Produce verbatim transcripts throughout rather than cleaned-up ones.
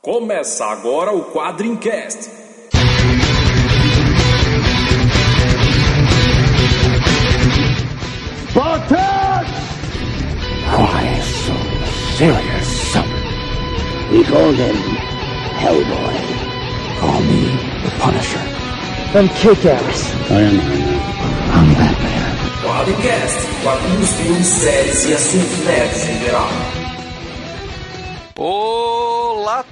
Começa agora o Quadrincast. Spartan! Why so serious? We call him Hellboy. Call me the Punisher. I'm Kick-Ass. I am Iron Man. I'm Batman. Quadrincast, quadrinhos, filmes, séries e assuntos nerds em geral. Olá,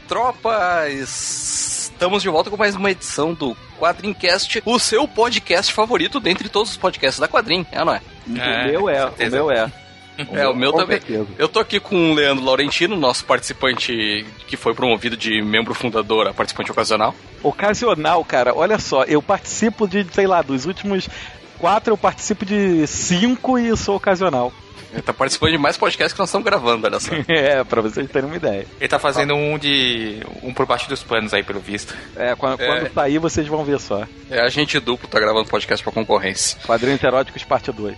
tropas! Estamos de volta com mais uma edição do Quadrincast, o seu podcast favorito dentre todos os podcasts da Quadrim, é ou não é? É, o meu é, o meu é. O é, o meu também. Certeza. Eu tô aqui com o Leandro Laurentino, nosso participante que foi promovido de membro fundador a participante ocasional. Ocasional, cara, olha só, eu participo de, sei lá, dos últimos quatro, eu participo de cinco e sou ocasional. Ele tá participando de mais podcasts que nós estamos gravando, olha só. É, pra vocês terem uma ideia. Ele tá fazendo um de. um por baixo dos panos aí, pelo visto. É, quando, é. quando sair vocês vão ver só. É, a gente duplo tá gravando podcast pra concorrência. Quadrinhos Eróticos parte dois.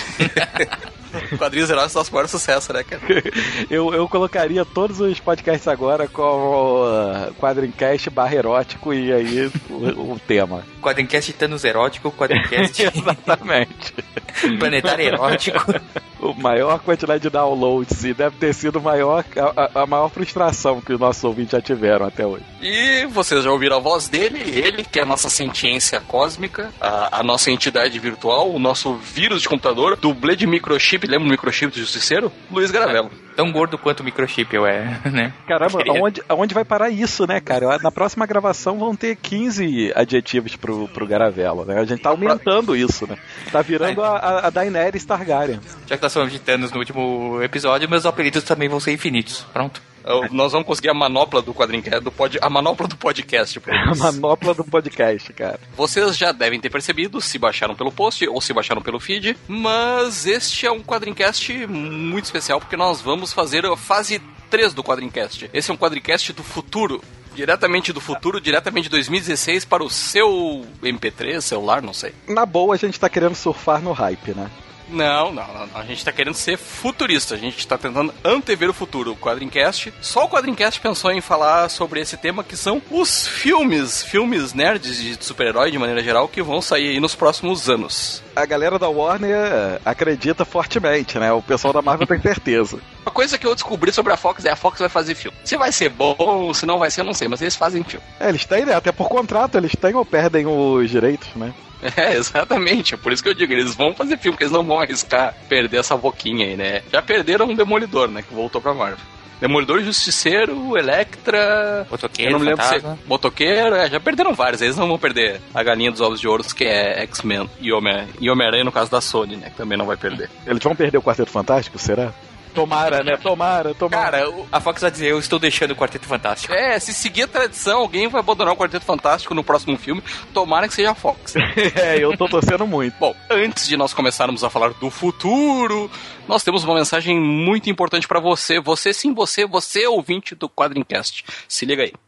Quadrinhos Eróticos é o nosso maior sucesso, né, cara? eu, eu colocaria todos os podcasts agora com uh, Quadrincast barra erótico e aí o, o tema. Quadrincast Thanos erótico, Quadrincast... Exatamente. Planetário erótico. O maior quantidade de downloads e deve ter sido maior, a, a maior frustração que os nossos ouvintes já tiveram até hoje. E vocês já ouviram a voz dele, ele que é a nossa sentiência cósmica, a, a nossa entidade virtual, o nosso vírus de computador, dublê de microchip, lembra do microchip do Justiceiro? Luiz Garavello. É, tão gordo quanto o microchip eu é, né? Caramba, aonde, aonde vai parar isso, né, cara? Na próxima gravação vão ter quinze adjetivos pro, pro Garavello, né? A gente tá aumentando isso, né? Tá virando a, a Daenerys Targaryen. Já que nós falamos de Thanos no último episódio, meus apelidos também vão ser infinitos. Pronto. Nós vamos conseguir a manopla do Quadrincast, do pod, a manopla do podcast. A manopla do podcast, cara. Vocês já devem ter percebido, se baixaram pelo post ou se baixaram pelo feed, mas este é um Quadrincast muito especial porque nós vamos fazer a fase três do Quadrincast. Esse é um Quadrincast do futuro. Diretamente do futuro, diretamente de dois mil e dezesseis para o seu M P três, celular, não sei. Na boa, a gente tá querendo surfar no hype, né? Não, não, não, a gente tá querendo ser futurista, a gente tá tentando antever o futuro. O Quadrincast, só o Quadrincast pensou em falar sobre esse tema, que são os filmes, filmes nerds de super-herói de maneira geral, que vão sair aí nos próximos anos. A galera da Warner acredita fortemente, né? O pessoal da Marvel tem certeza. Uma coisa que eu descobri sobre a Fox é a Fox vai fazer filme. Se vai ser bom, se não vai ser, eu não sei, mas eles fazem filme. É, eles têm, né? Até por contrato, eles têm ou perdem os direitos, né? É, exatamente, é por isso que eu digo, eles vão fazer filme, porque eles não vão arriscar perder essa boquinha aí, né? Já perderam um Demolidor, né, que voltou pra Marvel. Demolidor, Justiceiro, Electra... Motoqueiro, eu não lembro Fantasma. se... Motoqueiro, é, já perderam vários, eles não vão perder a galinha dos ovos de ouro, que é X-Men e Homem- e Homem-Aranha no caso da Sony, né, que também não vai perder. Eles vão perder o Quarteto Fantástico, será? Tomara, né? Tomara, tomara. Cara, a Fox vai dizer, eu estou deixando o Quarteto Fantástico. É, se seguir a tradição, alguém vai abandonar o Quarteto Fantástico no próximo filme, tomara que seja a Fox. É, eu tô torcendo muito. Bom, antes de nós começarmos a falar do futuro, nós temos uma mensagem muito importante pra você. Você, sim, você, você ouvinte do Quadrincast. Se liga aí.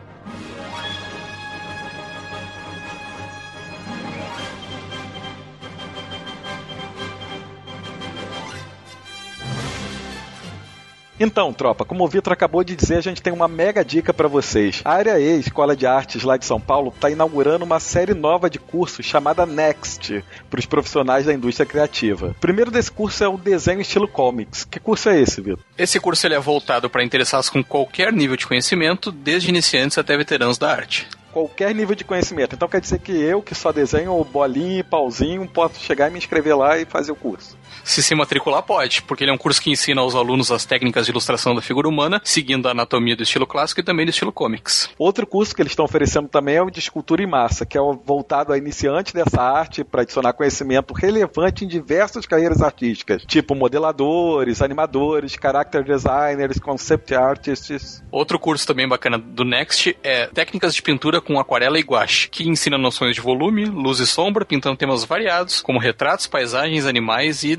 Então, tropa, como o Vitor acabou de dizer, a gente tem uma mega dica pra vocês. A Área E, Escola de Artes lá de São Paulo, tá inaugurando uma série nova de cursos chamada Next, pros profissionais da indústria criativa. O primeiro desse curso é o desenho estilo comics. Que curso é esse, Vitor? Esse curso ele é voltado para interessados com qualquer nível de conhecimento, desde iniciantes até veteranos da arte. Qualquer nível de conhecimento. Então quer dizer que eu, que só desenho bolinha e pauzinho, posso chegar e me inscrever lá e fazer o curso. Se se matricular, pode, porque ele é um curso que ensina aos alunos as técnicas de ilustração da figura humana, seguindo a anatomia do estilo clássico e também do estilo comics. Outro curso que eles estão oferecendo também é o de escultura em massa, que é voltado a iniciantes dessa arte para adicionar conhecimento relevante em diversas carreiras artísticas, tipo modeladores, animadores, character designers, concept artists. Outro curso também bacana do Next é técnicas de pintura com aquarela e guache, que ensina noções de volume, luz e sombra, pintando temas variados, como retratos, paisagens, animais e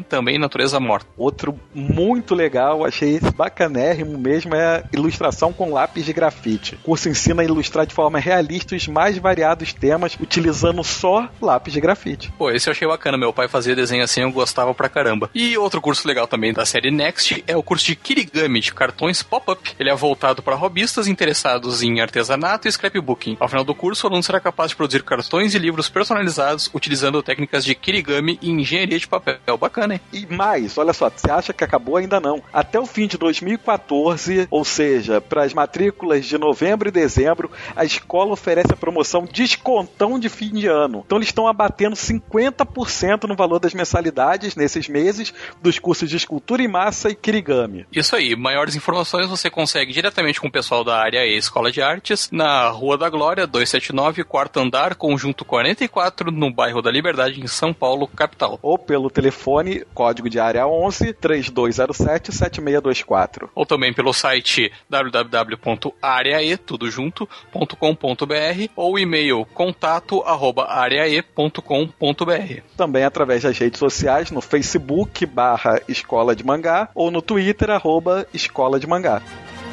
também Natureza Morta. Outro muito legal, achei esse bacanérrimo mesmo, é a ilustração com lápis de grafite. O curso ensina a ilustrar de forma realista os mais variados temas, utilizando só lápis de grafite. Pô, esse eu achei bacana, meu pai fazia desenho assim, eu gostava pra caramba. E outro curso legal também da série Next é o curso de Kirigami, de cartões pop-up. Ele é voltado para hobbyistas interessados em artesanato e scrapbooking. Ao final do curso, o aluno será capaz de produzir cartões e livros personalizados utilizando técnicas de Kirigami e engenharia de papel. Bacana, hein? E mais, olha só, você acha que acabou? Ainda não. Até o fim de dois mil e quatorze, ou seja, para as matrículas de novembro e dezembro, a escola oferece a promoção descontão de fim de ano. Então eles estão abatendo cinquenta por cento no valor das mensalidades nesses meses dos cursos de escultura em massa e Kirigami. Isso aí, maiores informações você consegue diretamente com o pessoal da área E Escola de Artes, na Rua da Glória, duzentos e setenta e nove, quarto andar, conjunto quarenta e quatro, no bairro da Liberdade, em São Paulo, capital. Ou pelo telefone, código de área onze, três dois zero sete, sete seis dois quatro. Ou também pelo site w w w ponto areae, tudo junto, ponto com ponto b r, ou e-mail contato arroba areae ponto com ponto b r. Também através das redes sociais, no Facebook, barra Escola de Mangá, ou no Twitter, arroba Escola de Mangá.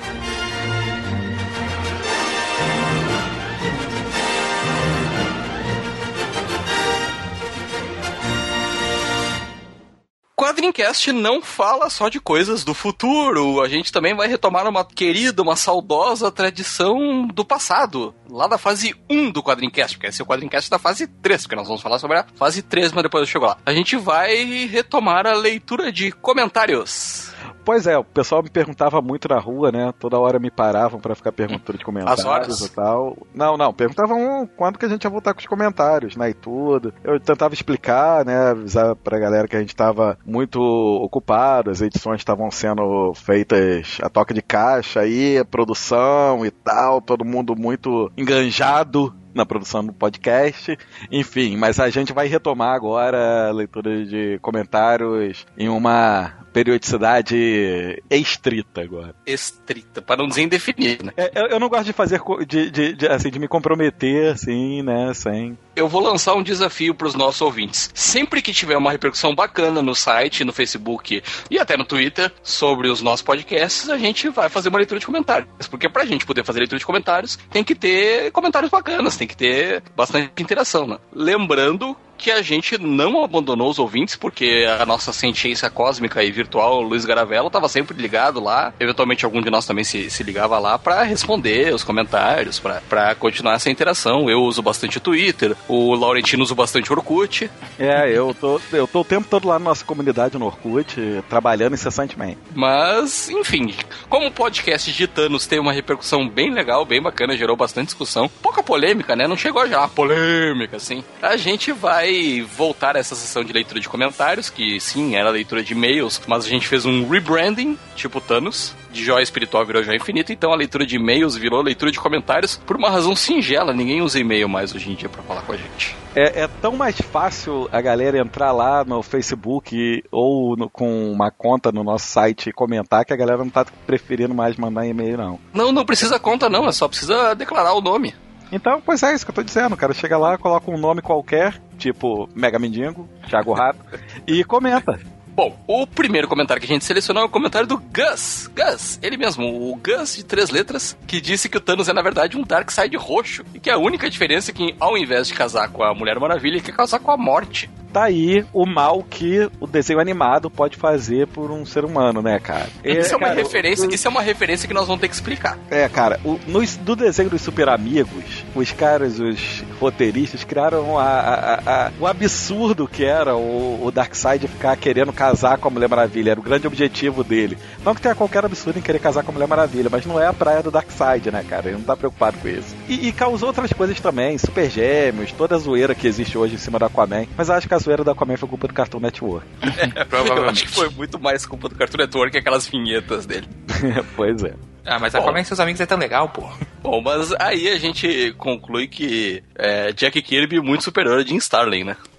Quadrincast não fala só de coisas do futuro, a gente também vai retomar uma querida, uma saudosa tradição do passado, lá da fase um do Quadrincast, porque esse é o Quadrincast da fase três, porque nós vamos falar sobre a fase três, mas depois eu chego lá. A gente vai retomar a leitura de comentários. Pois é, o pessoal me perguntava muito na rua, né? Toda hora me paravam pra ficar perguntando de comentários. As horas? E tal. Não, não, perguntavam quando que a gente ia voltar com os comentários, né? E tudo. Eu tentava explicar, né? Avisar pra galera que a gente tava muito ocupado, as edições estavam sendo feitas a toque de caixa aí, a produção e tal, todo mundo muito enganjado na produção do podcast, enfim, mas a gente vai retomar agora a leitura de comentários em uma periodicidade estrita agora. Estrita, para não dizer indefinido, né? É, eu, eu não gosto de fazer, de, de, de, assim, de me comprometer, assim, né, sem... Eu vou lançar um desafio para os nossos ouvintes. Sempre que tiver uma repercussão bacana no site, no Facebook e até no Twitter sobre os nossos podcasts, a gente vai fazer uma leitura de comentários. Porque pra gente poder fazer leitura de comentários, tem que ter comentários bacanas, tem que ter bastante interação, né? Lembrando que a gente não abandonou os ouvintes, porque a nossa ciência cósmica e virtual, Luiz Garavello, estava sempre ligado lá. Eventualmente algum de nós também se, se ligava lá para responder os comentários, para continuar essa interação. Eu uso bastante o Twitter, o Laurentino usa bastante o Orkut. É, eu tô, eu tô o tempo todo lá na nossa comunidade no Orkut, trabalhando incessantemente. Mas, enfim, como o podcast de Thanos tem uma repercussão bem legal, bem bacana, gerou bastante discussão, pouca polêmica, né? Não chegou a gerar uma polêmica, assim. A gente vai voltar a essa sessão de leitura de comentários, que sim, era leitura de e-mails, mas a gente fez um rebranding, tipo Thanos, de joia espiritual virou joia infinita, então a leitura de e-mails virou leitura de comentários por uma razão singela, ninguém usa e-mail mais hoje em dia pra falar com a gente. É, é tão mais fácil a galera entrar lá no Facebook ou no, com uma conta no nosso site e comentar, que a galera não tá preferindo mais mandar e-mail, não. Não, não precisa conta não, é só precisa declarar o nome. Então, pois é isso que eu tô dizendo, o cara chega lá, coloca um nome qualquer, tipo Mega Mendigo, Thiago Rato, e comenta. Bom, o primeiro comentário que a gente selecionou é o comentário do Gus. Gus, ele mesmo, o Gus de três letras, que disse que o Thanos é, na verdade, um Darkseid roxo. E que a única diferença é que, ao invés de casar com a Mulher Maravilha, ele quer casar com a Morte. Tá aí o mal que o desenho animado pode fazer por um ser humano, né, cara? Isso é, é uma cara, referência, o... isso é uma referência que nós vamos ter que explicar. É, cara, o, no, do desenho dos Super Amigos, os caras, os roteiristas, criaram a, a, a, o absurdo que era o, o Darkseid ficar querendo casar com a Mulher Maravilha. Era o grande objetivo dele. Não que tenha qualquer absurdo em querer casar com a Mulher Maravilha, mas não é a praia do Darkseid, né, cara? Ele não tá preocupado com isso. E, e causou outras coisas também, Super Gêmeos, toda a zoeira que existe hoje em cima do Aquaman. Mas acho que a zoeira do Aquaman foi culpa do Cartoon Network. É, provavelmente. Eu acho que foi muito mais culpa do Cartoon Network que aquelas vinhetas dele. Pois é. Ah, mas Aquaman e seus amigos é tão legal, pô. Bom, mas aí a gente conclui que é, Jack Kirby é muito superior a Jim Starlin, né?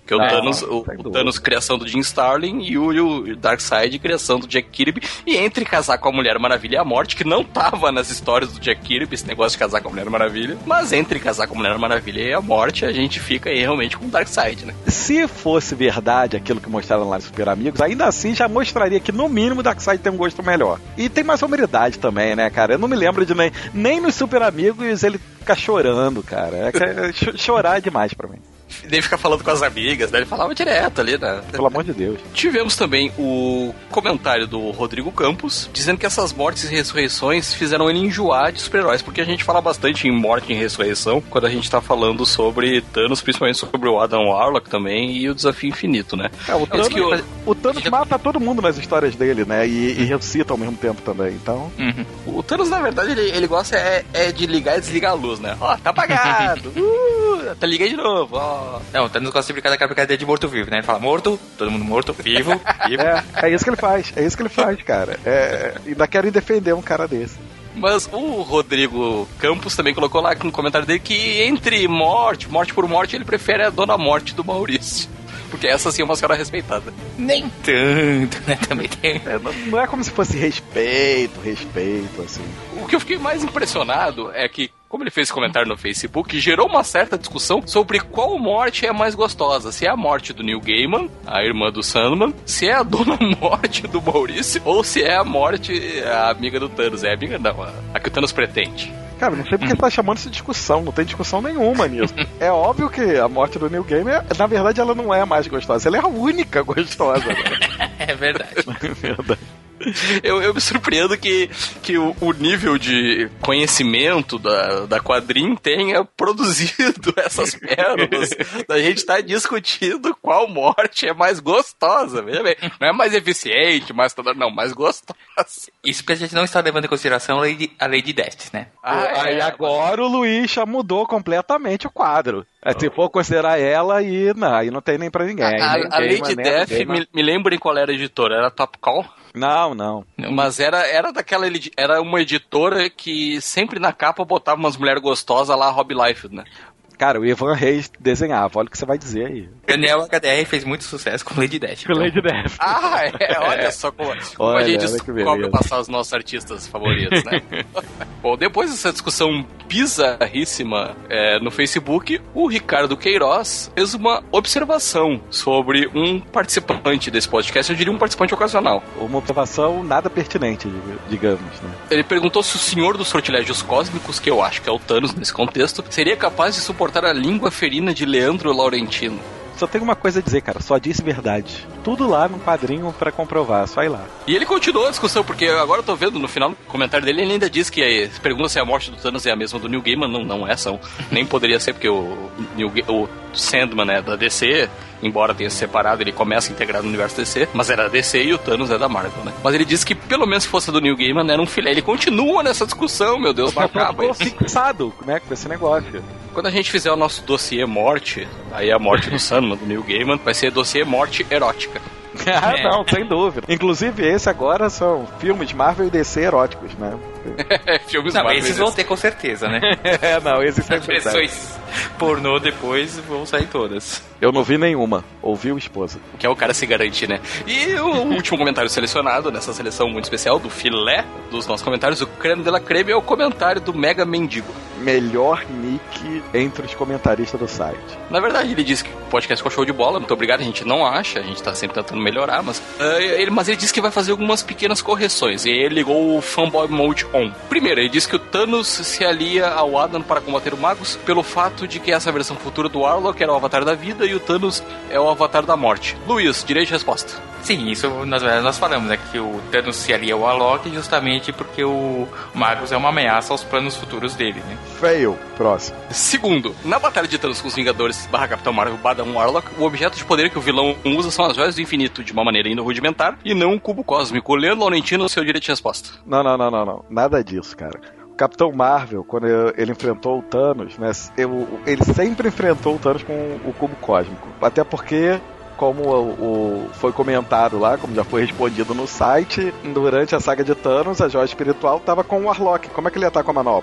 Que o Ah, Thanos, o, sem o dúvida. Thanos criação do Jim Starlin e o, e o Darkseid criação do Jack Kirby. E entre casar com a Mulher Maravilha e a Morte, que não tava nas histórias do Jack Kirby, esse negócio de casar com a Mulher Maravilha. Mas entre casar com a Mulher Maravilha e a Morte, a gente fica aí realmente com o Darkseid, né? Se fosse verdade aquilo que mostraram lá nos Super Amigos, ainda assim já mostraria que no mínimo o Darkseid tem um gosto melhor. E tem mais hombridade também, né, cara? Eu não me lembro de nem, nem nos Super Amigos ele ficar chorando, cara. É, que é, cho- chorar é demais pra mim. Ele fica falando com as amigas, né? Ele falava direto ali, né? Pelo amor de Deus. Tivemos também o comentário do Rodrigo Campos, dizendo que essas mortes e ressurreições fizeram ele enjoar de super-heróis, porque a gente fala bastante em morte e ressurreição quando a gente tá falando sobre Thanos, principalmente sobre o Adam Warlock também e o Desafio Infinito, né? É, o Thanos, que o- o Thanos mata todo mundo nas histórias dele, né? E, e ressuscita ao mesmo tempo também, então... Uhum. O Thanos, na verdade, ele, ele gosta é, é de ligar e desligar a luz, né? Ó, tá apagado! uh, tá liguei de novo, ó. Não, o Thanos gosta de brincar daquela brincadeira de morto-vivo, né? Ele fala morto, todo mundo morto, vivo, vivo. É, é isso que ele faz, é isso que ele faz, cara. É, ainda querem defender um cara desse. Mas o Rodrigo Campos também colocou lá no comentário dele que entre morte, morte por morte, ele prefere a Dona Morte do Maurício. Porque essa sim é uma senhora respeitada. Nem tanto, né? Também tem. É, não, não é como se fosse respeito, respeito, assim. O que eu fiquei mais impressionado é que, como ele fez esse comentário no Facebook, gerou uma certa discussão sobre qual morte é mais gostosa. Se é a morte do Neil Gaiman, a irmã do Sandman, se é a Dona Morte do Maurício, ou se é a morte, a amiga do Thanos. É a amiga, não, a, a que o Thanos pretende. Cara, não sei porque tá chamando isso de discussão, não tem discussão nenhuma nisso. É óbvio que a morte do Neil Gaiman, na verdade, ela não é a mais gostosa, ela é a única gostosa. Né? É verdade. verdade. Eu, eu me surpreendo que, que o, o nível de conhecimento da, da quadrinha tenha produzido essas pérolas. A gente tá discutindo qual morte é mais gostosa, veja bem. Não é mais eficiente, mais toda, não, mais gostosa. Isso porque a gente não está levando em consideração a lei de, a lei de Dest, né? Ah, Aí é, agora o Luiz já mudou completamente o quadro. É, se for considerar ela, aí não, aí não tem nem pra ninguém. A, Nem a Lady Gaiman, nem Death, Gaiman. me, me lembrem qual era a editora, era a Top Call? Não, não. Mas era, era daquela, edi- era uma editora que sempre na capa botava umas mulheres gostosas lá, Rob Liefeld, né? Cara, o Ivan Reis desenhava, olha o que você vai dizer aí. Daniel H D R fez muito sucesso com Lady Dest. Com Lady Death. Ah, é, olha só como, como Olha, a gente olha que descobre beleza. passar os nossos artistas favoritos, né? Bom, depois dessa discussão bizarríssima é, no Facebook, o Ricardo Queiroz fez uma observação sobre um participante desse podcast, eu diria um participante ocasional. Uma observação nada pertinente, digamos, né? Ele perguntou se o Senhor dos Sortilégios Cósmicos, que eu acho que é o Thanos nesse contexto, seria capaz de suportar a língua ferina de Leandro Laurentino. Só tenho uma coisa a dizer, cara, só disse verdade. Tudo lá no quadrinho pra comprovar, só ir lá. E ele continuou a discussão, porque agora eu tô vendo no final do comentário dele, ele ainda diz que se pergunta se a morte do Thanos é a mesma do Neil Gaiman. Não, não é, são. Nem poderia ser, porque o, Neil, Ga- o Sandman é da D C, embora tenha se separado, ele começa integrado no universo D C, mas era da D C e o Thanos é da Marvel, né? Mas ele disse que pelo menos se fosse a do Neil Gaiman era um filé. Ele continua nessa discussão, meu Deus, não acaba Tô isso. fixado, né, com esse negócio. Quando a gente fizer o nosso dossiê morte, aí a morte do Sandman, do Neil Gaiman, vai ser dossiê morte erótica. Ah, não, sem dúvida. Inclusive, esse agora são filmes Marvel e D C eróticos, né? Filmes Não, Marvel, esses vão ter com certeza, né? É, não, esses As sempre tem. versões pornô depois vão sair todas. Eu não vi nenhuma, ouvi o esposa. que é o cara se garante, né? E o último comentário selecionado nessa seleção muito especial do filé dos nossos comentários, o creme de la creme, é o comentário do Mega Mendigo. Melhor nick entre os comentaristas do site. Na verdade, ele disse que o podcast ficou show de bola, muito obrigado, a gente não acha, a gente tá sempre tentando melhorar, mas, uh, ele, mas ele disse que vai fazer algumas pequenas correções, e ele ligou o Fanboy Mode On. Primeiro, ele disse que o Thanos se alia ao Adam para combater o Magus pelo fato de que essa versão futura do Warlock era o Avatar da Vida e o Thanos é o Avatar da Morte. Luiz, direito de resposta. Sim, isso nós, nós falamos, né? Que o Thanos se alia ao Warlock justamente porque o Magus é uma ameaça aos planos futuros dele, né? Fail, próximo. Segundo, na batalha de Thanos com os Vingadores barra Capitão Marvel barra Warlock, o objeto de poder que o vilão usa são as joias do infinito, de uma maneira ainda rudimentar, e não um cubo cósmico. Leandro Laurentino, seu direito de resposta. Não, não, não, não, não. Nada disso, cara. O Capitão Marvel, quando ele enfrentou o Thanos, né? Eu, ele sempre enfrentou o Thanos com o cubo cósmico. Até porque, como o, o, foi comentado lá, como já foi respondido no site, durante a saga de Thanos, a joia espiritual estava com o Warlock. Como é que ele ia estar com a manopla?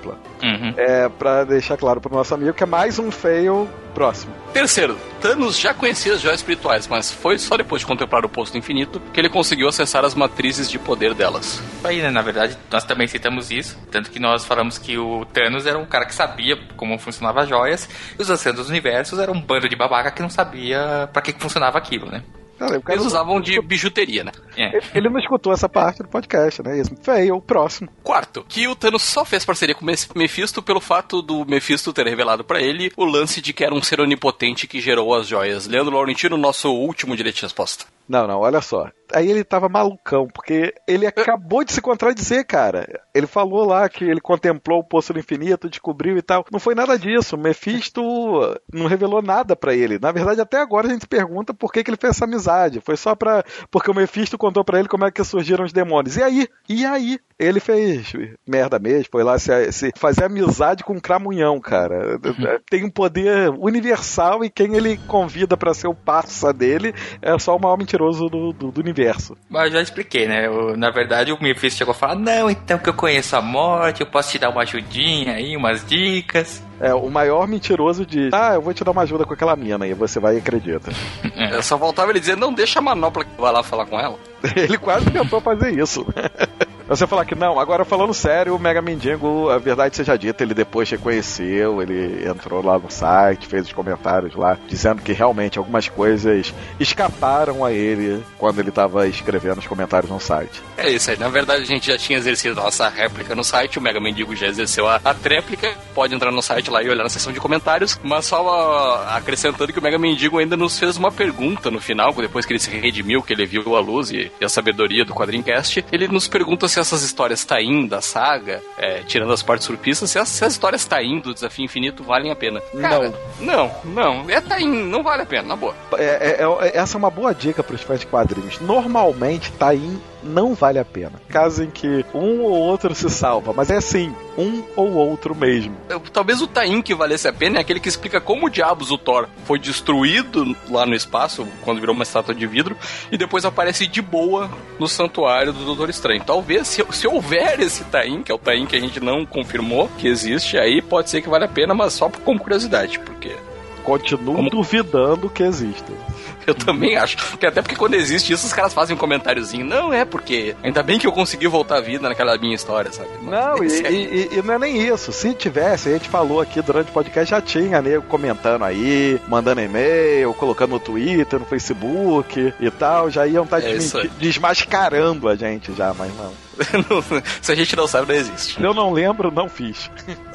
Uhum. É, pra deixar claro pro nosso amigo que é mais um fail próximo. Terceiro, Thanos já conhecia as joias espirituais, mas foi só depois de contemplar o Poço do Infinito que ele conseguiu acessar as matrizes de poder delas. Aí, né, na verdade, nós também citamos isso, tanto que nós falamos que o Thanos era um cara que sabia como funcionava as joias, e os Anciãos dos Universos eram um bando de babaca que não sabia pra que funcionava aquilo, né? Cara, o cara Eles não... usavam de bijuteria, né? É. Ele, ele não escutou essa parte do podcast, né? Isso. Fail, próximo. Quarto, que o Thanos só fez parceria com o Mephisto pelo fato do Mephisto ter revelado pra ele o lance de que era um ser onipotente que gerou as joias. Leandro Laurentino, nosso último direito de resposta. Não, não, olha só. Aí ele tava malucão, porque ele acabou de se contradizer, cara. Ele falou lá que ele contemplou o Poço do Infinito, descobriu e tal. Não foi nada disso. O Mephisto não revelou nada pra ele. Na verdade, até agora a gente se pergunta por que, que ele fez essa amizade. Foi só pra... porque o Mephisto contou pra ele como é que surgiram os demônios. E aí? E aí? Ele fez merda mesmo, foi lá se, se fazer amizade com um cramunhão, cara. Uhum. Tem um poder universal e quem ele convida pra ser o parça dele é só o maior mentiroso do, do, do universo. Mas já expliquei, né? Eu, na verdade, o Mephisto chegou a falar, não, então que eu conheço a morte, eu posso te dar uma ajudinha aí, umas dicas. É, o maior mentiroso diz, ah, eu vou te dar uma ajuda com aquela mina, e você vai e acredita. É. Só voltava ele dizer, não, deixa a manopla que vai lá falar com ela. Ele quase tentou fazer isso. Você falar que não, agora falando sério, o Mega Mendigo, a verdade seja dita, ele depois reconheceu, ele entrou lá no site, fez os comentários lá, dizendo que realmente algumas coisas escaparam a ele quando ele estava escrevendo os comentários no site. É isso aí, na verdade a gente já tinha exercido a nossa réplica no site, o Mega Mendigo já exerceu a, a tréplica, pode entrar no site lá e olhar na seção de comentários, mas só a, acrescentando que o Mega Mendigo ainda nos fez uma pergunta no final, depois que ele se redimiu, que ele viu a luz e, e a sabedoria do Quadrincast, ele nos pergunta se essas histórias Tain da saga, é, tirando as partes surpistas, se as, se as histórias Tain do Desafio Infinito valem a pena. Cara, não. Não, não. É Tain, não vale a pena, na boa. É, é, é, essa é uma boa dica para os fãs de quadrinhos. Normalmente, Tain não vale a pena. Caso em que um ou outro se salva, mas é assim, um ou outro mesmo. Talvez o Tain que valesse a pena é aquele que explica como diabos o Thor foi destruído lá no espaço, quando virou uma estátua de vidro, e depois aparece de boa no santuário do Doutor Estranho. Talvez, se, se houver esse Tain, que é o Tain que a gente não confirmou que existe, aí pode ser que vale a pena, mas só como curiosidade, porque... Continuo como... duvidando que exista. Eu também acho. Porque até porque quando existe isso, os caras fazem um comentáriozinho. Não, é porque ainda bem que eu consegui voltar à vida naquela minha história, sabe? Não, e, é... e, e não é nem isso. Se tivesse, a gente falou aqui durante o podcast, já tinha nego comentando aí, mandando e-mail, colocando no Twitter, no Facebook e tal. Já iam estar é desmascarando a gente já, mas não. Se a gente não sabe, não existe. Eu não lembro, não fiz.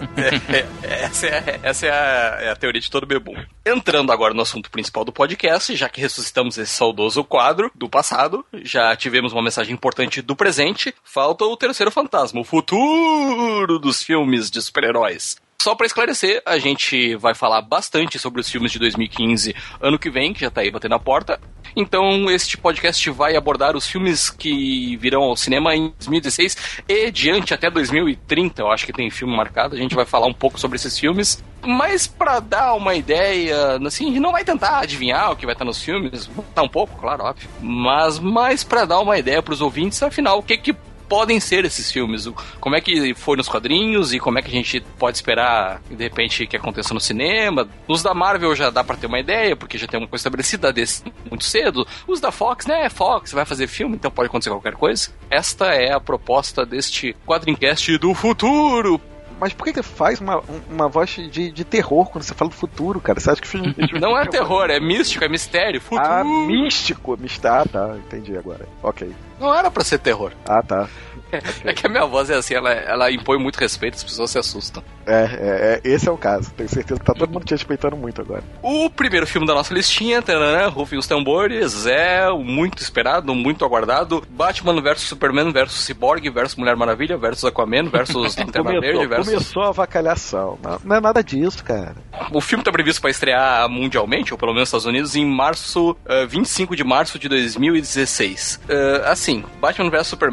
É, é, essa é, essa é, a, é a teoria de todo bebum. Entrando agora no assunto principal do podcast, já que ressuscitamos esse saudoso quadro do passado, já tivemos uma mensagem importante do presente, falta o terceiro fantasma, o futuro dos filmes de super-heróis. Só pra esclarecer, a gente vai falar bastante sobre os filmes de dois mil e quinze ano que vem, que já tá aí batendo a porta. Então, este podcast vai abordar os filmes que virão ao cinema em dois mil e dezesseis e diante até dois mil e trinta. Eu acho que tem filme marcado, a gente vai falar um pouco sobre esses filmes. Mas pra dar uma ideia, assim, a gente não vai tentar adivinhar o que vai estar nos filmes, vai estar um pouco, claro, óbvio. Mas mais pra dar uma ideia pros ouvintes, afinal, o que que podem ser esses filmes, como é que foi nos quadrinhos e como é que a gente pode esperar, de repente, que aconteça no cinema. Os da Marvel já dá pra ter uma ideia, porque já tem uma coisa estabelecida desse muito cedo. Os da Fox, né, Fox vai fazer filme, então pode acontecer qualquer coisa. Esta é a proposta deste Quadrincast do futuro. Mas por que que faz uma, uma voz de, de terror quando você fala do futuro, cara? Você acha que o filme... Não é terror, é místico, é mistério, futuro. Ah, místico, mistério. Ah, tá, entendi agora. Ok. Não era pra ser terror. Ah, tá. É, okay. É que a minha voz é assim, ela, ela impõe muito respeito, as pessoas se assustam. É, é, é, esse é o caso. Tenho certeza que tá todo mundo te respeitando muito agora. O primeiro filme da nossa listinha, taranã, rufem os tambores, é o muito esperado, muito aguardado, Batman versus Superman versus Cyborg versus Mulher Maravilha versus Aquaman versus Lanterna Verde versus... Começou a avacalhação. Não, não é nada disso, cara. O filme tá previsto pra estrear mundialmente, ou pelo menos nos Estados Unidos, em março, uh, vinte e cinco de março de dois mil e dezesseis. Uh, assim, Batman versus Superman.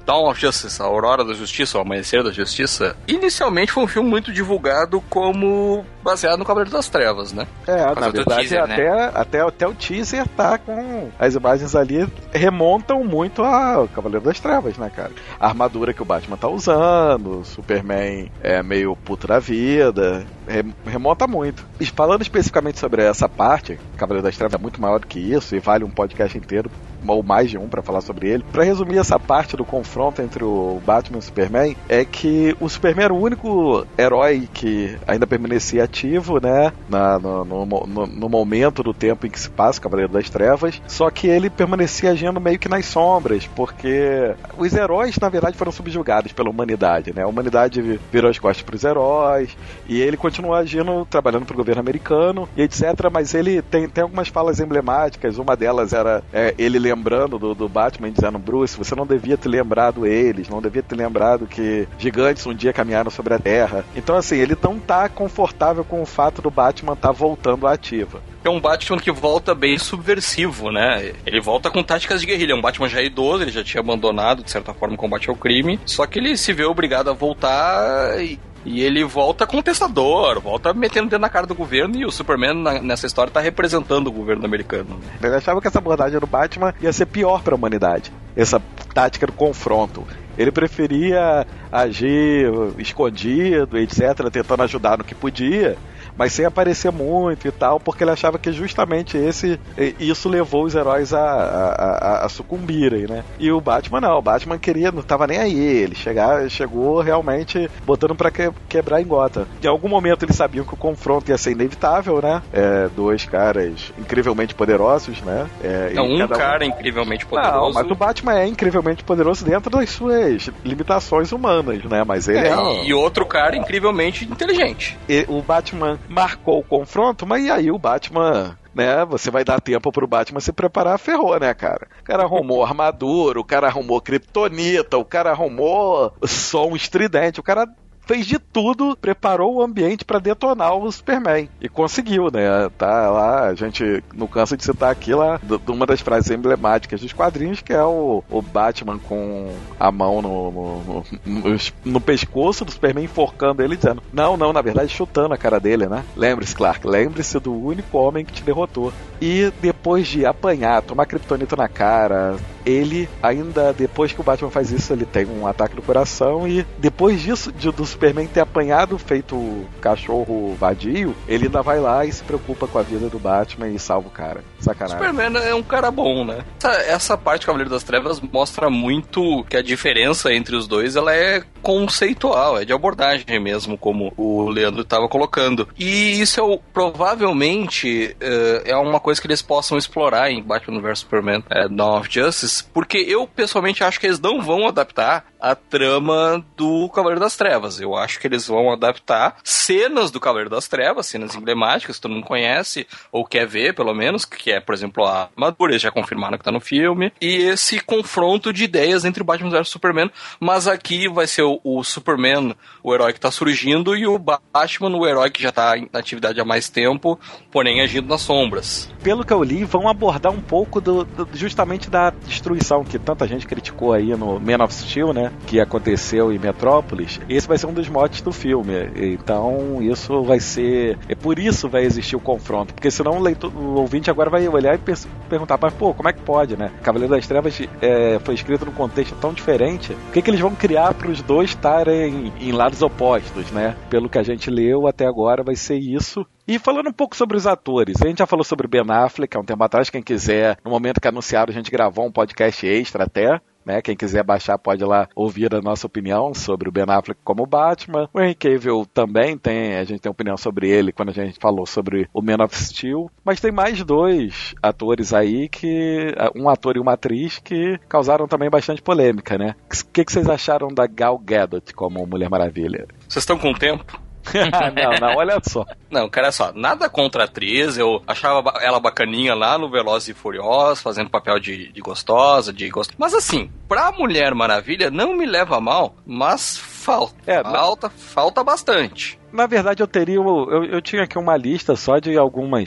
Dawn of Justice, a Aurora da Justiça, o Amanhecer da Justiça, inicialmente foi um filme muito divulgado como baseado no Cavaleiro das Trevas, né? É, na verdade, teaser, até, né? até, até o teaser tá com... As imagens ali remontam muito ao Cavaleiro das Trevas, né, cara? A armadura que o Batman tá usando, o Superman é meio puto da vida, remonta muito. E falando especificamente sobre essa parte, Cavaleiro das Trevas é muito maior do que isso, e vale um podcast inteiro, ou mais de um, pra falar sobre ele. Pra resumir essa parte do confronto entre o Batman e o Superman, é que o Superman era o único herói que ainda permanecia ativo, né, na, no, no, no, no momento do tempo em que se passa o Cavaleiro das Trevas, só que ele permanecia agindo meio que nas sombras, porque os heróis, na verdade, foram subjugados pela humanidade, né, a humanidade virou as costas pros heróis, e ele continua agindo, trabalhando pro governo americano, e etcétera, mas ele tem, tem algumas falas emblemáticas, uma delas era é, ele lembrando do, do Batman, dizendo: Bruce, você não devia ter lembrado eles, não devia ter lembrado que gigantes um dia caminharam sobre a Terra. Então, assim, ele não tá confortável com o fato do Batman tá voltando à ativa. É um Batman que volta bem subversivo, né? Ele volta com táticas de guerrilha. É um Batman já idoso, ele já tinha abandonado, de certa forma, o combate ao crime, só que ele se vê obrigado a voltar e... E ele volta contestador, volta metendo dedo na cara do governo, e o Superman na, nessa história tá representando o governo americano. Ele achava que essa abordagem do Batman ia ser pior para a humanidade, essa tática do confronto. Ele preferia agir escondido, etcétera, tentando ajudar no que podia, mas sem aparecer muito e tal, porque ele achava que justamente esse, isso levou os heróis a, a, a, a sucumbirem, né? E o Batman não, o Batman queria, não tava nem aí, ele chegar, chegou realmente botando pra que, quebrar em gota. Em algum momento eles sabiam que o confronto ia ser inevitável, né? É, dois caras incrivelmente poderosos, né? É, não, um cada cara um... incrivelmente poderoso. Não, mas o Batman é incrivelmente poderoso dentro das suas limitações humanas, né? Mas ele é... é... E outro cara incrivelmente inteligente. E o Batman marcou o confronto, mas e aí o Batman, né, você vai dar tempo pro Batman se preparar, ferrou, né, cara? O cara arrumou armadura, o cara arrumou kryptonita, o cara arrumou som estridente, o cara fez de tudo, preparou o ambiente pra detonar o Superman. E conseguiu, né? Tá lá, a gente não cansa de citar aqui lá, de uma das frases emblemáticas dos quadrinhos, que é o, o Batman com a mão no, no, no, no, no pescoço do Superman, enforcando ele, dizendo: não, não, na verdade chutando a cara dele, né? Lembre-se, Clark, lembre-se do único homem que te derrotou. E depois de apanhar, tomar kryptonita na cara, ele ainda, depois que o Batman faz isso, ele tem um ataque do coração, e depois disso, de, do Superman ter apanhado, feito cachorro vadio, ele ainda vai lá e se preocupa com a vida do Batman e salva o cara. Sacanagem. Superman é um cara bom, né? Essa, essa parte do Cavaleiro das Trevas mostra muito que a diferença entre os dois, ela é conceitual, é de abordagem mesmo, como o Leandro estava colocando. E isso é, provavelmente uh, é uma coisa que eles possam explorar em Batman versus Superman, é, Dawn of Justice, porque eu pessoalmente acho que eles não vão adaptar a trama do Cavaleiro das Trevas. Eu acho que eles vão adaptar cenas do Cavaleiro das Trevas, cenas emblemáticas que todo mundo conhece, ou quer ver, pelo menos, que é, por exemplo, a armadura, eles já confirmaram que tá no filme, e esse confronto de ideias entre o Batman versus Superman, mas aqui vai ser o, o Superman, o herói que tá surgindo, e o Batman, o herói que já tá em atividade há mais tempo, porém agindo nas sombras. Pelo que eu li, vão abordar um pouco do, do, justamente da destruição que tanta gente criticou aí no Man of Steel, né? Que aconteceu em Metrópolis. Esse vai ser um dos motes do filme. Então, isso vai ser... É por isso vai existir o confronto. Porque senão o, leitor, o ouvinte agora vai olhar e per- perguntar, mas pô, como é que pode, né? Cavaleiro das Trevas é, foi escrito num contexto tão diferente. O que, que eles vão criar para os dois estarem em lados opostos, né? Pelo que a gente leu até agora, vai ser isso. E falando um pouco sobre os atores, a gente já falou sobre Ben Affleck há um tempo atrás. Quem quiser, no momento que anunciaram, a gente gravou um podcast extra até, né? Quem quiser baixar pode ir lá ouvir a nossa opinião sobre o Ben Affleck como Batman. O Henry Cavill também tem, a gente tem opinião sobre ele quando a gente falou sobre o Man of Steel. Mas tem mais dois atores aí, que um ator e uma atriz, que causaram também bastante polêmica, né? O que, que vocês acharam da Gal Gadot como Mulher Maravilha? Vocês estão com tempo? não, não, olha só. Não, cara, só, nada contra a atriz, eu achava ela bacaninha lá no Velozes e Furiosos, fazendo papel de, de gostosa, de gostosa. Mas assim, pra Mulher Maravilha, não me leva a mal, mas falta, é, falta, não... falta bastante. Na verdade, eu teria, eu, eu tinha aqui uma lista só de algumas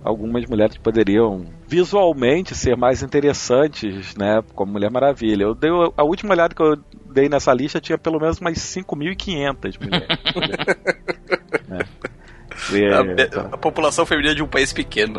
algumas mulheres poderiam visualmente ser mais interessantes, né, como Mulher Maravilha. Eu dei, a última olhada que eu dei nessa lista tinha pelo menos umas cinco mil e quinhentas mulheres. é. A, a população feminina de um país pequeno.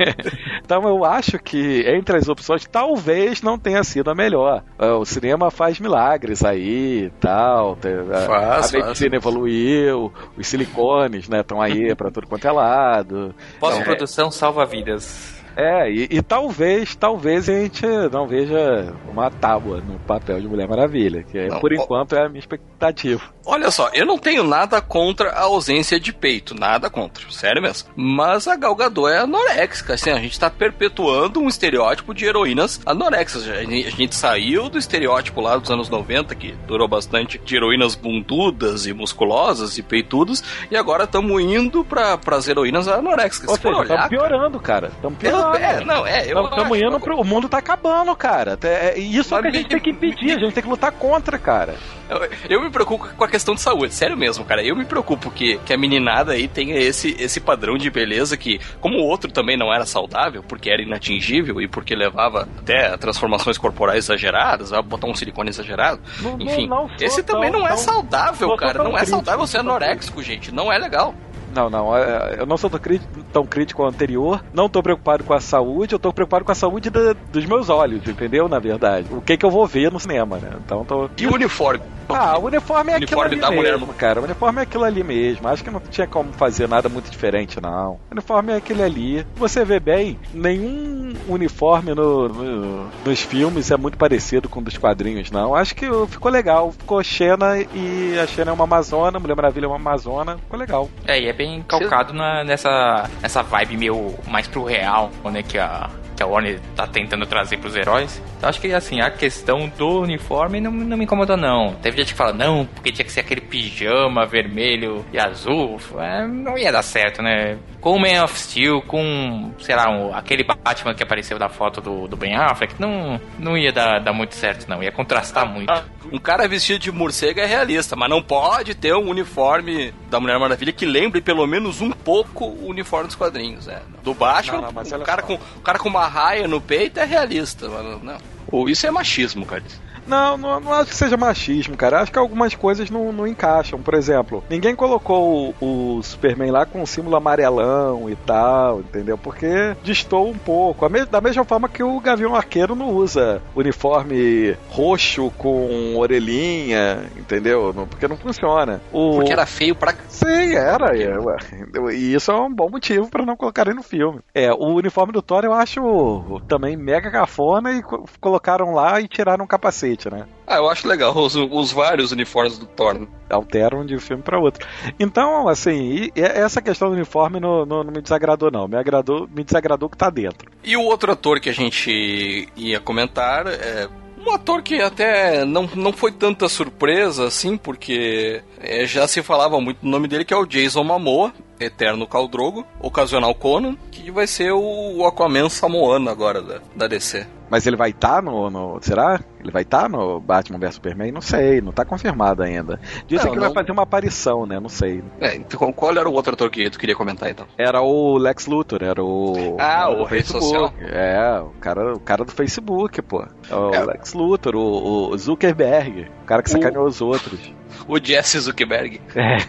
Então eu acho que entre as opções talvez não tenha sido a melhor. O cinema faz milagres aí e tal. Faz, a medicina evoluiu, os silicones, né, estão aí pra tudo quanto é lado. Pós-produção salva vidas. É, e, e talvez, talvez a gente não veja uma tábua no papel de Mulher Maravilha, que não, por enquanto é a minha expectativa. Olha só, eu não tenho nada contra a ausência de peito, nada contra, sério mesmo. Mas a Gal Gadot é anoréxica, assim, a gente tá perpetuando um estereótipo de heroínas anorexas. A gente, a gente saiu do estereótipo lá dos anos noventa, que durou bastante, de heroínas bundudas e musculosas e peitudas, e agora estamos indo para as heroínas anoréxicas. Ou seja, estamos piorando, cara, estamos piorando. É, não, é, eu Estamos indo pro... O mundo tá acabando, cara. É, isso é o que a gente tem que impedir, a gente tem que lutar contra, cara. Eu, eu me preocupo com a questão de saúde, sério mesmo, cara. Eu me preocupo que, que a meninada aí tenha esse, esse padrão de beleza que, como o outro também não era saudável, porque era inatingível e porque levava até transformações corporais exageradas, vai botar um silicone exagerado. Não, enfim, não, não esse também tão, não é tão, saudável, cara. Não é crítico, saudável ser anoréxico, gente. Não é legal. Não, não, eu não sou tão crítico, tão crítico ao anterior, não tô preocupado com a saúde, eu tô preocupado com a saúde da, dos meus olhos, entendeu? Na verdade, o que que eu vou ver no cinema, né? Então tô... E o uniforme? Ah, o uniforme é aquilo ali mesmo, mulher... cara, o uniforme é aquilo ali mesmo, acho que não tinha como fazer nada muito diferente, não. O uniforme é aquele ali, você vê bem, nenhum uniforme no, no, nos filmes é muito parecido com o dos quadrinhos, não. Acho que ficou legal, ficou Xena e a Xena é uma amazona, Mulher Maravilha é uma amazona, ficou legal. É, e é bem calcado na, nessa, nessa vibe meio mais pro real, né, que a, que a Warner tá tentando trazer pros heróis. Então acho que, assim, a questão do uniforme não, não me incomodou, não. Teve gente que fala, não, porque tinha que ser aquele pijama vermelho e azul. É, não ia dar certo, né? Com o Man of Steel, com, sei lá, um, aquele Batman que apareceu da foto do, do Ben Affleck, não, não ia dar, dar muito certo, não. Ia contrastar ah, muito. Ah, um cara vestido de morcego é realista, mas não pode ter um uniforme da Mulher Maravilha que lembre pelo menos um pouco o uniforme dos quadrinhos, né? Do Batman, não, não, o, cara com, o cara com uma raia no peito é realista, mas não. Ou isso é machismo, cara. Não, não, não acho que seja machismo, cara. Acho que algumas coisas não, não encaixam. Por exemplo, ninguém colocou o, o Superman lá com um símbolo amarelão e tal, entendeu? Porque distou um pouco. Me, da mesma forma que o Gavião Arqueiro não usa uniforme roxo com orelhinha, entendeu? Não, porque não funciona. O... Porque era feio pra... Sim, era. E, e isso é um bom motivo pra não colocarem no filme. É, o uniforme do Thor eu acho também mega cafona e co- colocaram lá e tiraram o capacete. Né? Ah, eu acho legal os, os vários uniformes do Thor. Alteram de um filme para outro. Então, assim, e essa questão do uniforme não, não, não me desagradou, não. Me, agradou, me desagradou o que tá dentro. E o outro ator que a gente ia comentar é um ator que até não, não foi tanta surpresa, assim, porque é, já se falava muito do nome dele, que é o Jason Momoa, eterno Khal Drogo, ocasional Conan, que vai ser o Aquaman samoano agora da, da D C. Mas ele vai estar tá no, no... Será? Ele vai estar tá no Batman versus Superman? Não sei, não tá confirmado ainda. Dizem não, que não... vai fazer uma aparição, né? Não sei. É, então qual era o outro ator que tu queria comentar, então? Era o Lex Luthor, era o... Ah, o rede social. É, o cara, o cara do Facebook, pô. O é. Lex Luthor, o, o Zuckerberg, o cara que sacaneou o... os outros. O Jesse Zuckerberg. É.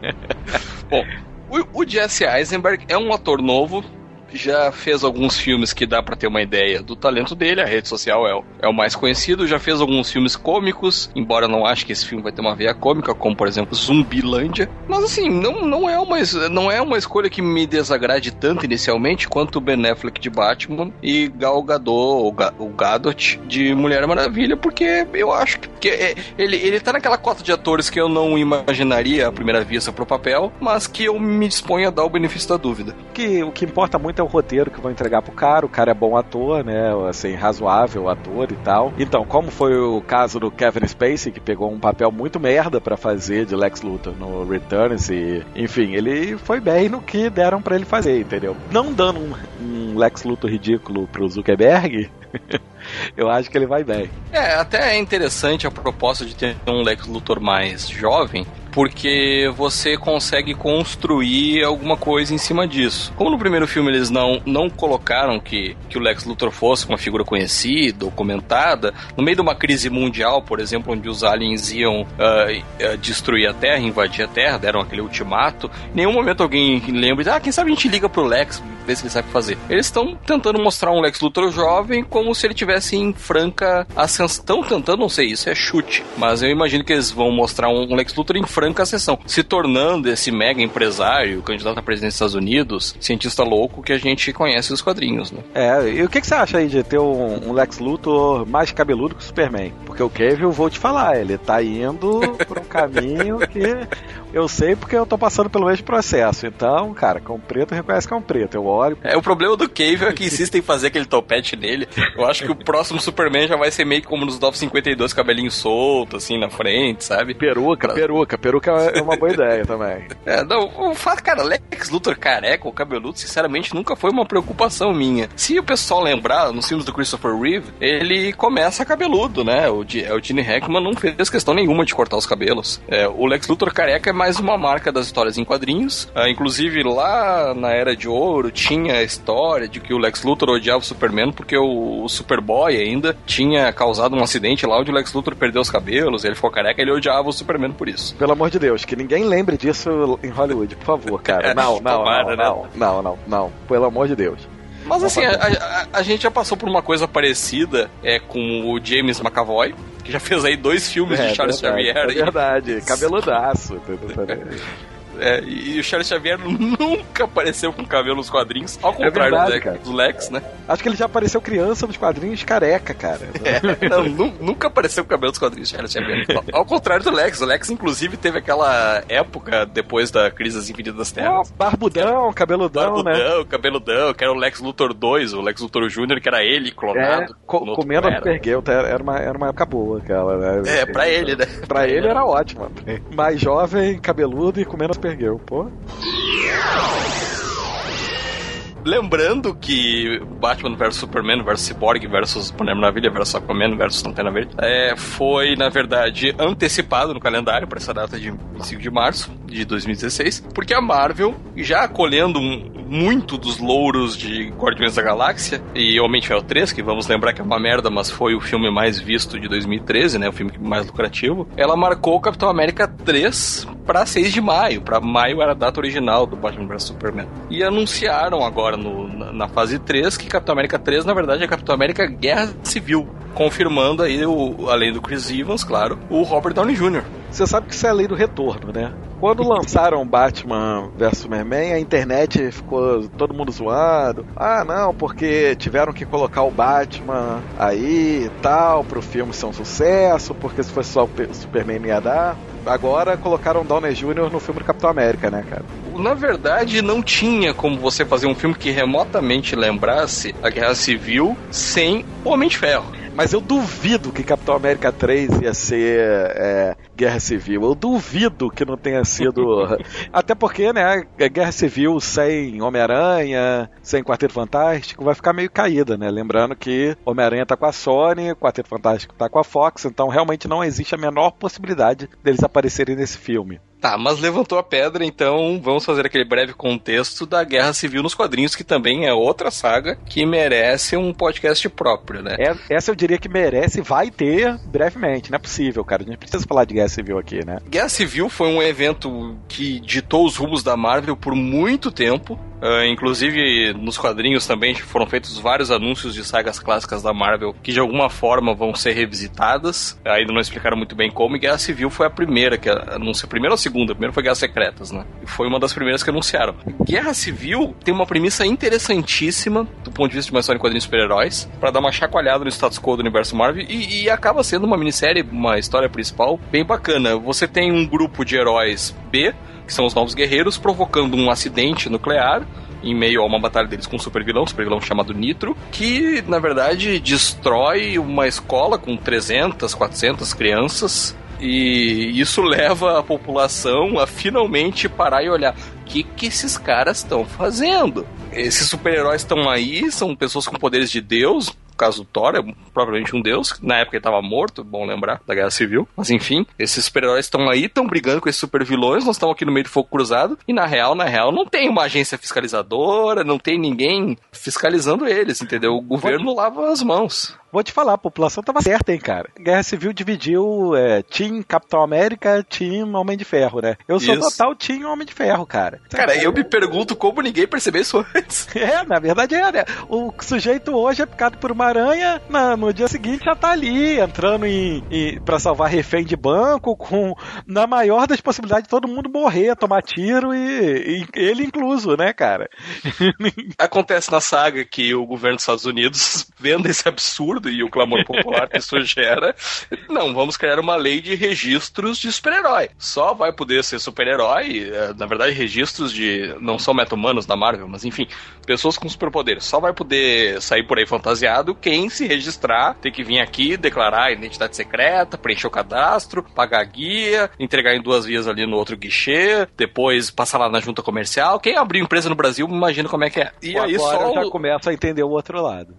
Bom, o, o Jesse Eisenberg é um ator novo, já fez alguns filmes que dá pra ter uma ideia do talento dele, a rede social é o, é o mais conhecido, já fez alguns filmes cômicos, embora eu não ache que esse filme vai ter uma veia cômica, como por exemplo Zumbilândia, mas assim, não, não, é uma, não é uma escolha que me desagrade tanto inicialmente quanto o Ben Affleck de Batman e Gal Gadot, o, Ga, o Gadot de Mulher Maravilha, porque eu acho que, que é, ele, ele tá naquela cota de atores que eu não imaginaria à primeira vista pro papel, mas que eu me disponho a dar o benefício da dúvida. Que, o que importa muito é o roteiro que vão entregar pro cara, o cara é bom ator, né, assim, razoável ator e tal. Então, como foi o caso do Kevin Spacey, que pegou um papel muito merda pra fazer de Lex Luthor no Returns e, enfim, ele foi bem no que deram pra ele fazer, entendeu? Não dando um, um Lex Luthor ridículo pro Zuckerberg, eu acho que ele vai bem. É, até é interessante a proposta de ter um Lex Luthor mais jovem, porque você consegue construir alguma coisa em cima disso. Como no primeiro filme eles não, não colocaram que, que o Lex Luthor fosse uma figura conhecida ou comentada, no meio de uma crise mundial, por exemplo, onde os aliens iam uh, uh, destruir a Terra, invadir a Terra, deram aquele ultimato, em nenhum momento alguém lembra e diz, ah, quem sabe a gente liga pro Lex, ver se ele sabe fazer. Eles estão tentando mostrar um Lex Luthor jovem como se ele tivesse em franca ascensão. Estão tentando, não sei, isso é chute, mas eu imagino que eles vão mostrar um Lex Luthor em franca ascensão, se tornando esse mega empresário, candidato à presidência dos Estados Unidos, cientista louco que a gente conhece nos quadrinhos, né? É, e o que, que você acha aí de ter um, um Lex Luthor mais cabeludo que o Superman? Porque o Kevin, eu vou te falar, ele tá indo por um caminho que eu sei porque eu tô passando pelo mesmo processo. Então, cara, com preto reconhece que é um preto. Eu olho. É, o problema do Cave é que insistem em fazer aquele topete nele. Eu acho que o próximo Superman já vai ser meio que como nos novos cinquenta e dois, cabelinho solto, assim, na frente, sabe? Peruca, pra... peruca. Peruca é uma boa ideia também. É, não, o fato, cara, Lex Luthor careca ou cabeludo, sinceramente, nunca foi uma preocupação minha. Se o pessoal lembrar, nos filmes do Christopher Reeve, ele começa cabeludo, né? O, o Gene Hackman não fez questão nenhuma de cortar os cabelos. É, o Lex Luthor careca é mais uma marca das histórias em quadrinhos. Ah, inclusive, lá na Era de Ouro, tinha a história de que o Lex Luthor odiava o Superman porque o, o Superboy ainda tinha causado um acidente lá onde o Lex Luthor perdeu os cabelos, ele ficou careca, ele odiava o Superman por isso. Pelo amor de Deus, que ninguém lembre disso em Hollywood, por favor, cara. Não, não, Tomara, não, né? não, não, não, não, pelo amor de Deus. Mas assim, a, a, a gente já passou por uma coisa parecida é, com o James McAvoy, que já fez aí dois filmes é, de Charles verdade, Xavier. É verdade, e... cabeludaço. É, e o Charles Xavier nunca apareceu com cabelo nos quadrinhos, ao contrário é verdade, do, do Lex, né? Acho que ele já apareceu criança nos quadrinhos careca, cara. É, não, nunca apareceu com cabelo nos quadrinhos do Charles Xavier. Ao contrário do Lex, o Lex inclusive teve aquela época depois da Crise das Infinitas Terras. Oh, barbudão, cabeludão, barbudão, né? cabeludão, que era o Lex Luthor dois, o Lex Luthor Júnior, que era ele clonado. É, co comendo a Supergirl, era uma, era uma época boa aquela, né? É, pra ele, né? Pra ele era ótima. Mais jovem, cabeludo e comendo a Supergirl, pô. Lembrando que Batman versus Superman versus Cyborg versus Mulher Maravilha versus Aquaman versus Lanterna Verde é, foi, na verdade, antecipado no calendário para essa data de vinte e cinco de março de dois mil e dezesseis, porque a Marvel, já colhendo um, muito dos louros de Guardiões da Galáxia e Homem de Ferro três, que vamos lembrar que é uma merda, mas foi o filme mais visto de dois mil e treze, né, o filme mais lucrativo, ela marcou o Capitão América três para seis de maio, para maio era a data original do Batman versus Superman. E anunciaram agora no, na, na fase três que Capitão América três, na verdade, é Capitão América Guerra Civil, confirmando aí, o, além do Chris Evans, claro, o Robert Downey Júnior Você sabe que isso é a lei do retorno, né? Quando lançaram Batman versus Superman, a internet ficou todo mundo zoado. Ah, não, porque tiveram que colocar o Batman aí e tal, pro filme ser um sucesso, porque se fosse só o Superman não ia dar. Agora colocaram o Downey Júnior no filme do Capitão América, né, cara? Na verdade, não tinha como você fazer um filme que remotamente lembrasse a Guerra Civil sem o Homem de Ferro. Mas eu duvido que Capitão América três ia ser é, Guerra Civil. Eu duvido que não tenha sido... Até porque, né, a Guerra Civil sem Homem-Aranha, sem Quarteto Fantástico, vai ficar meio caída, né? Lembrando que Homem-Aranha tá com a Sony, Quarteto Fantástico tá com a Fox, então realmente não existe a menor possibilidade deles aparecerem nesse filme. Tá, mas levantou a pedra, então vamos fazer aquele breve contexto da Guerra Civil nos quadrinhos, que também é outra saga que merece um podcast próprio, né? É, essa eu diria que merece, vai ter brevemente, não é possível, cara. A gente precisa falar de Guerra Civil aqui, né? Guerra Civil foi um evento que ditou os rumos da Marvel por muito tempo. Uh, inclusive, nos quadrinhos também foram feitos vários anúncios de sagas clássicas da Marvel que de alguma forma vão ser revisitadas. Ainda não explicaram muito bem como, e Guerra Civil foi a primeira que anunciou. A primeira ou a segunda? A primeira foi Guerras Secretas, né? E foi uma das primeiras que anunciaram. Guerra Civil tem uma premissa interessantíssima do ponto de vista de uma história em quadrinhos super-heróis, pra dar uma chacoalhada no status quo do universo Marvel, e, e acaba sendo uma minissérie, uma história principal bem bacana. Você tem um grupo de heróis B, que são os Novos Guerreiros, provocando um acidente nuclear em meio a uma batalha deles com um super vilão, um super vilão chamado Nitro, que na verdade destrói uma escola com trezentas, quatrocentas crianças, e isso leva a população a finalmente parar e olhar o que, que esses caras estão fazendo. Esses super-heróis estão aí, são pessoas com poderes de Deus, caso do Thor, é provavelmente um deus. Na época ele tava morto, bom lembrar, da Guerra Civil. Mas enfim, esses super-heróis estão aí, estão brigando com esses super-vilões, nós estamos aqui no meio do fogo cruzado, e na real, na real, não tem uma agência fiscalizadora, não tem ninguém fiscalizando eles, entendeu? O governo lava as mãos. Vou te falar, a população tava certa, hein, cara. A Guerra Civil dividiu é, Team Capitão América, Team Homem de Ferro, né? Eu sou Isso. total Team Homem de Ferro, cara. Cara, eu me pergunto como ninguém percebeu isso antes. É, na verdade é, né? O sujeito hoje é picado por uma aranha, na, no dia seguinte já tá ali, entrando em, em, pra salvar refém de banco, com, na maior das possibilidades, todo mundo morrer, tomar tiro e, e ele incluso, né, cara? Acontece na saga que o governo dos Estados Unidos, vendo esse absurdo e o clamor popular que isso gera, não, vamos criar uma lei de registros de super-herói. Só vai poder ser super-herói, na verdade registros de, não são meta-humanos da Marvel, mas enfim, pessoas com superpoderes. Só vai poder sair por aí fantasiado quem se registrar, tem que vir aqui, declarar a identidade secreta, preencher o cadastro, pagar a guia, entregar em duas vias ali no outro guichê, depois passar lá na junta comercial. Quem abriu empresa no Brasil, imagina como é que é. E Agora aí só eu já começo a entender o outro lado.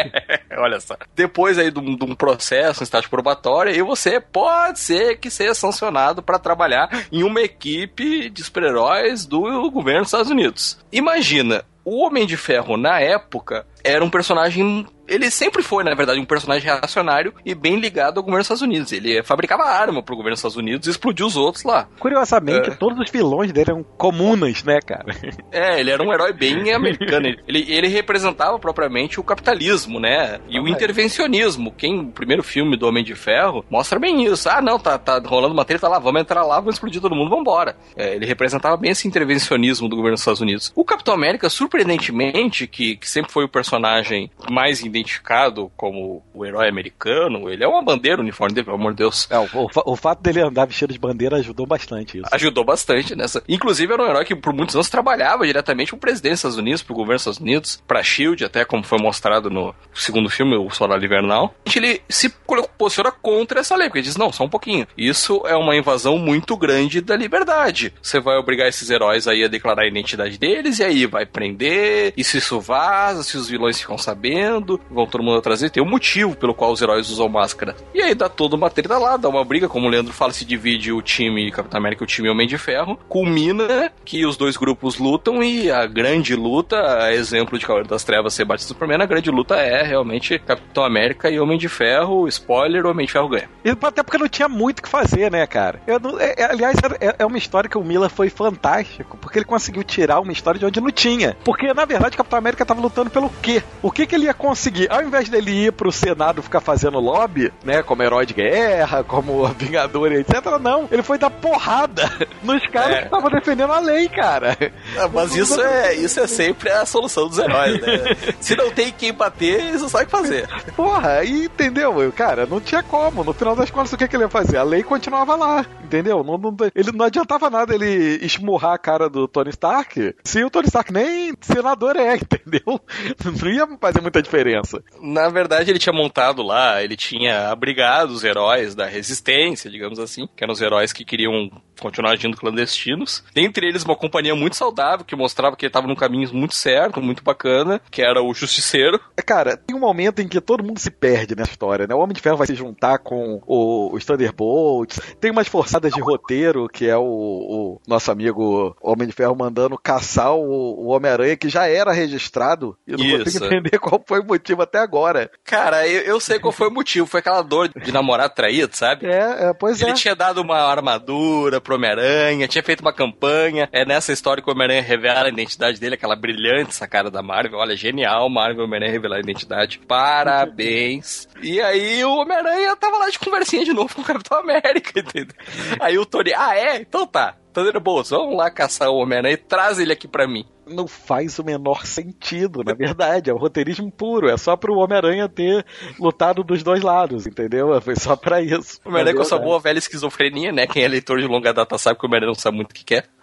Olha só. Depois aí de um, de um processo, um estágio probatório, aí você pode ser que seja sancionado para trabalhar em uma equipe de super-heróis do governo dos Estados Unidos. Imagina, o Homem de Ferro, na época, era um personagem... Ele sempre foi, na verdade, um personagem reacionário e bem ligado ao governo dos Estados Unidos. Ele fabricava arma pro governo dos Estados Unidos e explodiu os outros lá. Curiosamente, é. todos os vilões dele eram comunas, né, cara? É, ele era um herói bem americano. Ele, ele representava propriamente o capitalismo, né? E ah, o intervencionismo. Quem, o primeiro filme do Homem de Ferro mostra bem isso. Ah, não, tá, tá rolando uma treta lá, vamos entrar lá, vamos explodir todo mundo, vambora. É, ele representava bem esse intervencionismo do governo dos Estados Unidos. O Capitão América, surpreendentemente, que, que sempre foi o personagem mais identificado como o herói americano, ele é uma bandeira, o uniforme dele, pelo amor de Deus. É, o, o, o fato dele andar vestido de bandeira ajudou bastante isso. Ajudou bastante nessa. Inclusive era um herói que por muitos anos trabalhava diretamente pro presidente dos Estados Unidos, pro governo dos Estados Unidos, pra SHIELD, até como foi mostrado no segundo filme, o Soldado Invernal. Ele se posiciona contra essa lei, porque ele diz, não, só um pouquinho. Isso é uma invasão muito grande da liberdade. Você vai obrigar esses heróis aí a declarar a identidade deles, e aí vai prender, e se isso vaza, se os vilões ficam sabendo, vão todo mundo atrás dele. Tem um motivo pelo qual os heróis usam máscara. E aí dá toda uma treta lá, dá uma briga, como o Leandro fala, se divide o time Capitão América e o time Homem de Ferro. Culmina que os dois grupos lutam e a grande luta, a exemplo de Cavaleiro das Trevas ser Batman e Superman, a grande luta é realmente Capitão América e Homem de Ferro. Spoiler, o Homem de Ferro ganha. E até porque não tinha muito o que fazer, né, cara? Eu não, é, é, aliás, é, é uma história que o Miller foi fantástico, porque ele conseguiu tirar uma história de onde não tinha. Porque, na verdade, o Capitão América tava lutando pelo quê? O que que ele ia conseguir? Ao invés dele ir pro Senado ficar fazendo lobby, né, como herói de guerra, como Vingador e etcétera, não. Ele foi dar porrada nos caras é. que estavam defendendo a lei, cara. Ah, mas isso é, isso é sempre a solução dos heróis, né? Se não tem quem bater, eles não sabem o que fazer. Porra, aí, entendeu? Cara, não tinha como. No final das contas, o que, que ele ia fazer? A lei continuava lá, entendeu? Não, não, ele não adiantava nada ele esmurrar a cara do Tony Stark se o Tony Stark nem senador é, entendeu? Não ia fazer muita diferença. Na verdade, ele tinha montado lá, ele tinha abrigado os heróis da resistência, digamos assim, que eram os heróis que queriam continuar agindo clandestinos. Dentre eles, uma companhia muito saudável, que mostrava que ele estava num caminho muito certo, muito bacana, que era o Justiceiro. Cara, tem um momento em que todo mundo se perde nessa história, né? O Homem de Ferro vai se juntar com o, os Thunderbolts. Tem umas forçadas de roteiro, que é o, o nosso amigo Homem de Ferro mandando caçar o, o Homem-Aranha, que já era registrado. E eu não Isso. consigo entender qual foi o motivo até agora. Cara, eu, eu sei qual foi o motivo. Foi aquela dor de namorado traído, sabe? É, é pois ele é. Ele tinha dado uma armadura pro Homem-Aranha, tinha feito uma campanha. É nessa história que o Homem-Aranha revela a identidade dele, aquela brilhante sacada da Marvel. Olha, genial, Marvel, Homem-Aranha revelar a identidade. Parabéns. E aí o Homem-Aranha tava lá de conversinha de novo com o Capitão América, entendeu? Aí o Tony, ah é? Então tá. Thunderbolts, vamos lá caçar o Homem-Aranha e traz ele aqui pra mim. Não faz o menor sentido, na verdade, é o roteirismo puro, é só pro Homem-Aranha ter lutado dos dois lados, entendeu? Foi só pra isso. O Homem-Aranha com essa boa velha esquizofrenia, né? Quem é leitor de longa data sabe que o Homem-Aranha não sabe muito o que quer.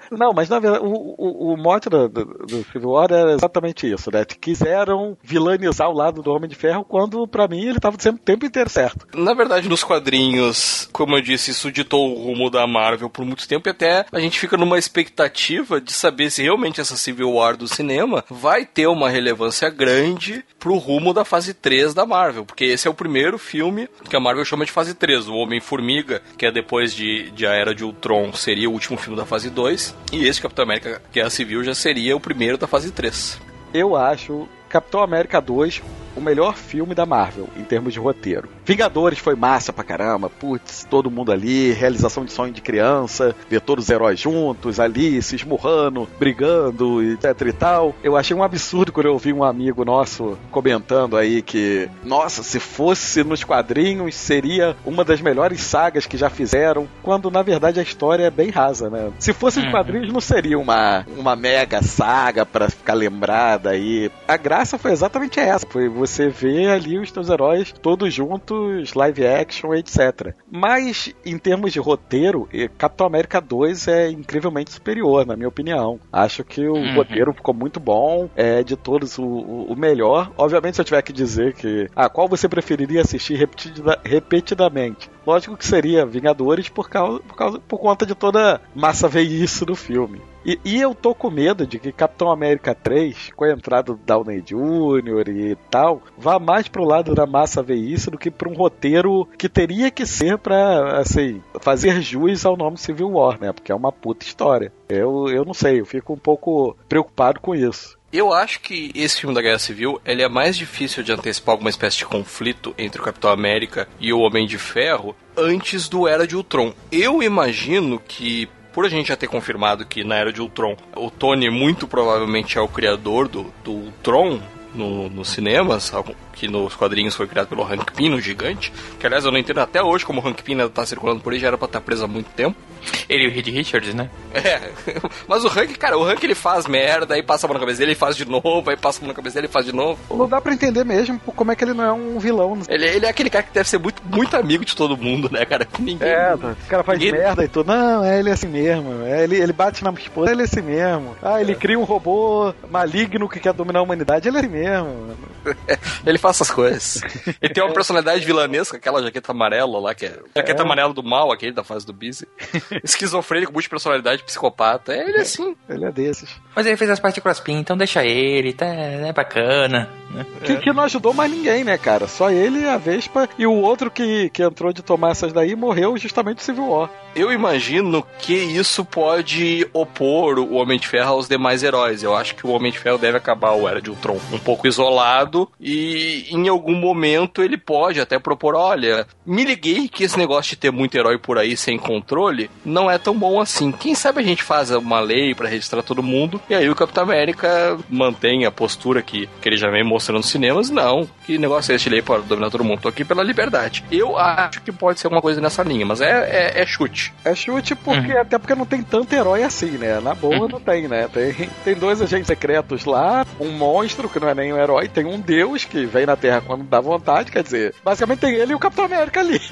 Não, mas na verdade, o, o, o mote do, do, do Civil War era exatamente isso, né? Quiseram vilanizar o lado do Homem de Ferro quando, pra mim, ele tava sempre o tempo inteiro certo. Na verdade, nos quadrinhos, como eu disse, isso ditou o rumo da Marvel por muito tempo e até a gente fica numa expectativa de saber se realmente essa Civil War do cinema vai ter uma relevância grande pro rumo da fase três da Marvel, porque esse é o primeiro filme que a Marvel chama de fase três, o Homem-Formiga, que é depois de, de A Era de Ultron, seria o último filme da fase dois, e esse Capitão América Guerra Civil já seria o primeiro da fase três. Eu acho Capitão América dois o melhor filme da Marvel, em termos de roteiro. Vingadores foi massa pra caramba, putz, todo mundo ali, realização de sonho de criança, ver todos os heróis juntos, ali, se esmurrando, brigando, etc e tal. Eu achei um absurdo quando eu ouvi um amigo nosso comentando aí que, nossa, se fosse nos quadrinhos, seria uma das melhores sagas que já fizeram, quando na verdade a história é bem rasa, né? Se fosse nos quadrinhos, não seria uma, uma mega saga pra ficar lembrada aí. A graça foi exatamente essa, foi você vê ali os teus heróis todos juntos, live action, etcétera. Mas, em termos de roteiro, Capitão América dois é incrivelmente superior, na minha opinião. Acho que o uhum. roteiro ficou muito bom, é de todos o, o, o melhor. Obviamente, se eu tiver que dizer que... Ah, qual você preferiria assistir repetida, repetidamente? Lógico que seria Vingadores por, causa, por, causa, por conta de toda massa veíce do filme. E, e eu tô com medo de que Capitão América três, com a entrada do Downey júnior e tal, vá mais pro lado da massa veíce do que pra um roteiro que teria que ser pra, assim, fazer jus ao nome Civil War, né? Porque é uma puta história. Eu, eu não sei, eu fico um pouco preocupado com isso. Eu acho que esse filme da Guerra Civil, ele é mais difícil de antecipar alguma espécie de conflito entre o Capitão América e o Homem de Ferro antes do Era de Ultron. Eu imagino que, por a gente já ter confirmado que na Era de Ultron o Tony muito provavelmente é o criador do, do Ultron no, nos cinemas, que nos quadrinhos foi criado pelo Hank Pym, o gigante, que aliás eu não entendo até hoje como o Hank Pym tá circulando por aí, já era pra estar preso há muito tempo. Ele e o Reed Richards, né? É, mas o Hank, cara, o Hank ele faz merda, aí passa a mão na cabeça dele, ele faz de novo, aí passa a mão na cabeça dele, ele faz de novo. Não dá pra entender mesmo como é que ele não é um vilão. Ele, ele é aquele cara que deve ser muito, muito amigo de todo mundo, né, cara? Ninguém... É, o cara faz ninguém... merda e tudo. Não, é ele é assim mesmo. É, ele, ele bate na esposa, ele é assim mesmo. Ah, ele é. cria um robô maligno que quer dominar a humanidade, ele é assim mesmo. Ele faz essas coisas. Ele tem uma personalidade vilanesca, aquela jaqueta amarela lá, que é a jaqueta é. amarela do mal, aquele da fase do Busy. Esquizofrênico, multipersonalidade, psicopata. É ele é assim. Ele é desses. Mas ele fez as partículas P I N, então deixa ele, tá, é bacana. Que, que não ajudou mais ninguém, né, cara? Só ele, a Vespa e o outro que, que entrou de tomar essas daí morreu justamente no Civil War. Eu imagino que isso pode opor o Homem de Ferro aos demais heróis. Eu acho que o Homem de Ferro deve acabar o Era de Ultron um pouco isolado e em algum momento ele pode até propor, olha, me liguei que esse negócio de ter muito herói por aí sem controle não é tão bom assim. Quem sabe a gente faz uma lei pra registrar todo mundo e aí o Capitão América mantém a postura que, que ele já vem mostrando nos cinemas. Não, que negócio é esse lei para dominar todo mundo? Tô aqui pela liberdade. Eu acho que pode ser alguma coisa nessa linha, mas é, é, é chute. É chute porque, uhum. até porque não tem tanto herói assim, né? Na boa não tem, né? Tem, tem dois agentes secretos lá, um monstro que não é nem um herói, tem um deus que vem na Terra quando dá vontade, quer dizer, basicamente tem ele e o Capitão América ali.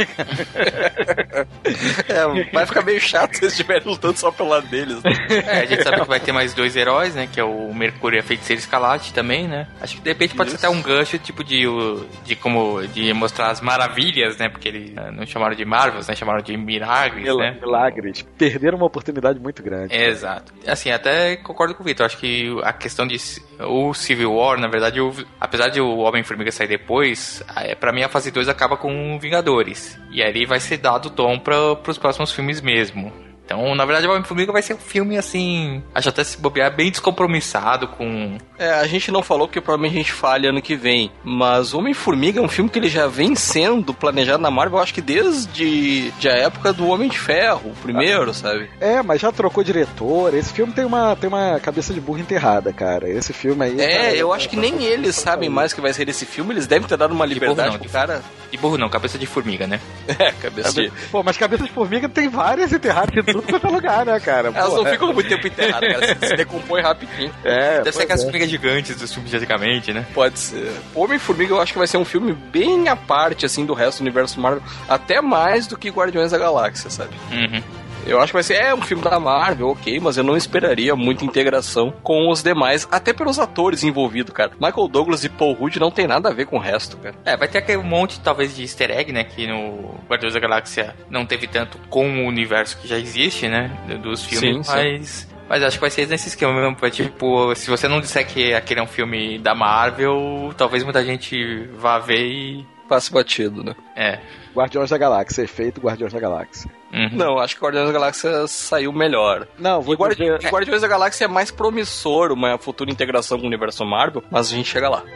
É, vai ficar meio chato se eles estiverem lutando só pelo lado deles. Né? É, a gente sabe que vai ter mais dois heróis, né? Que é o Mercúrio e a Feiticeira Escarlate também, né? Acho que de repente pode Isso. ser até um gancho, tipo de, de como de mostrar as maravilhas, né? Porque eles não chamaram de Marvels, né? Chamaram de Milagres, Mil- né? Milagres. Perderam uma oportunidade muito grande. É, exato. Assim, até concordo com o Vitor. Acho que a questão de o Civil War, na verdade, o, apesar de o Homem-Formiga sair depois, pra mim a fase dois acaba com Vingadores. E aí vai ser dado o tom pra, pros próximos filmes mesmo. Então, na verdade, o Homem-Formiga vai ser um filme, assim, acho até se bobear, bem descompromissado com... É, a gente não falou porque provavelmente a gente falha ano que vem, mas o Homem-Formiga é um filme que ele já vem sendo planejado na Marvel, eu acho que desde de a época do Homem de Ferro, o primeiro, ah, sabe? É, mas já trocou diretor, esse filme tem uma, tem uma cabeça de burro enterrada, cara, esse filme aí... É, cara, eu acho que nem eles sabem mais que vai ser esse filme, eles devem ter dado uma liberdade não, pro cara... De burro não, cabeça de formiga, né? É, cabeça de... Pô, mas cabeça de formiga tem várias enterradas em tudo quanto é lugar, né, cara? Elas Pô, não ficam muito tempo enterradas, cara, se decompõe rapidinho. É, deve ser aquelas é. formigas gigantes dos filmes de antigamente, né? Pode ser. Homem-Formiga eu acho que vai ser um filme bem à parte, assim, do resto do universo Marvel, até mais do que Guardiões da Galáxia, sabe? Uhum. Eu acho que vai ser, é um filme da Marvel, ok, mas eu não esperaria muita integração com os demais, até pelos atores envolvidos, cara. Michael Douglas e Paul Rudd não tem nada a ver com o resto, cara. É, vai ter aquele monte, talvez, de easter egg, né, que no Guardiões da Galáxia não teve tanto com o universo que já existe, né, dos filmes, sim, mas... Sim. Mas acho que vai ser nesse esquema mesmo, vai, tipo, se você não disser que aquele é um filme da Marvel, talvez muita gente vá ver e... passe batido, né? É. Guardiões da Galáxia, efeito Guardiões da Galáxia. Uhum. Não, acho que Guardiões da Galáxia saiu melhor. Não, vou e Guardi- dizer... e Guardiões da Galáxia é mais promissor, uma futura integração com o universo Marvel, mas a gente chega lá.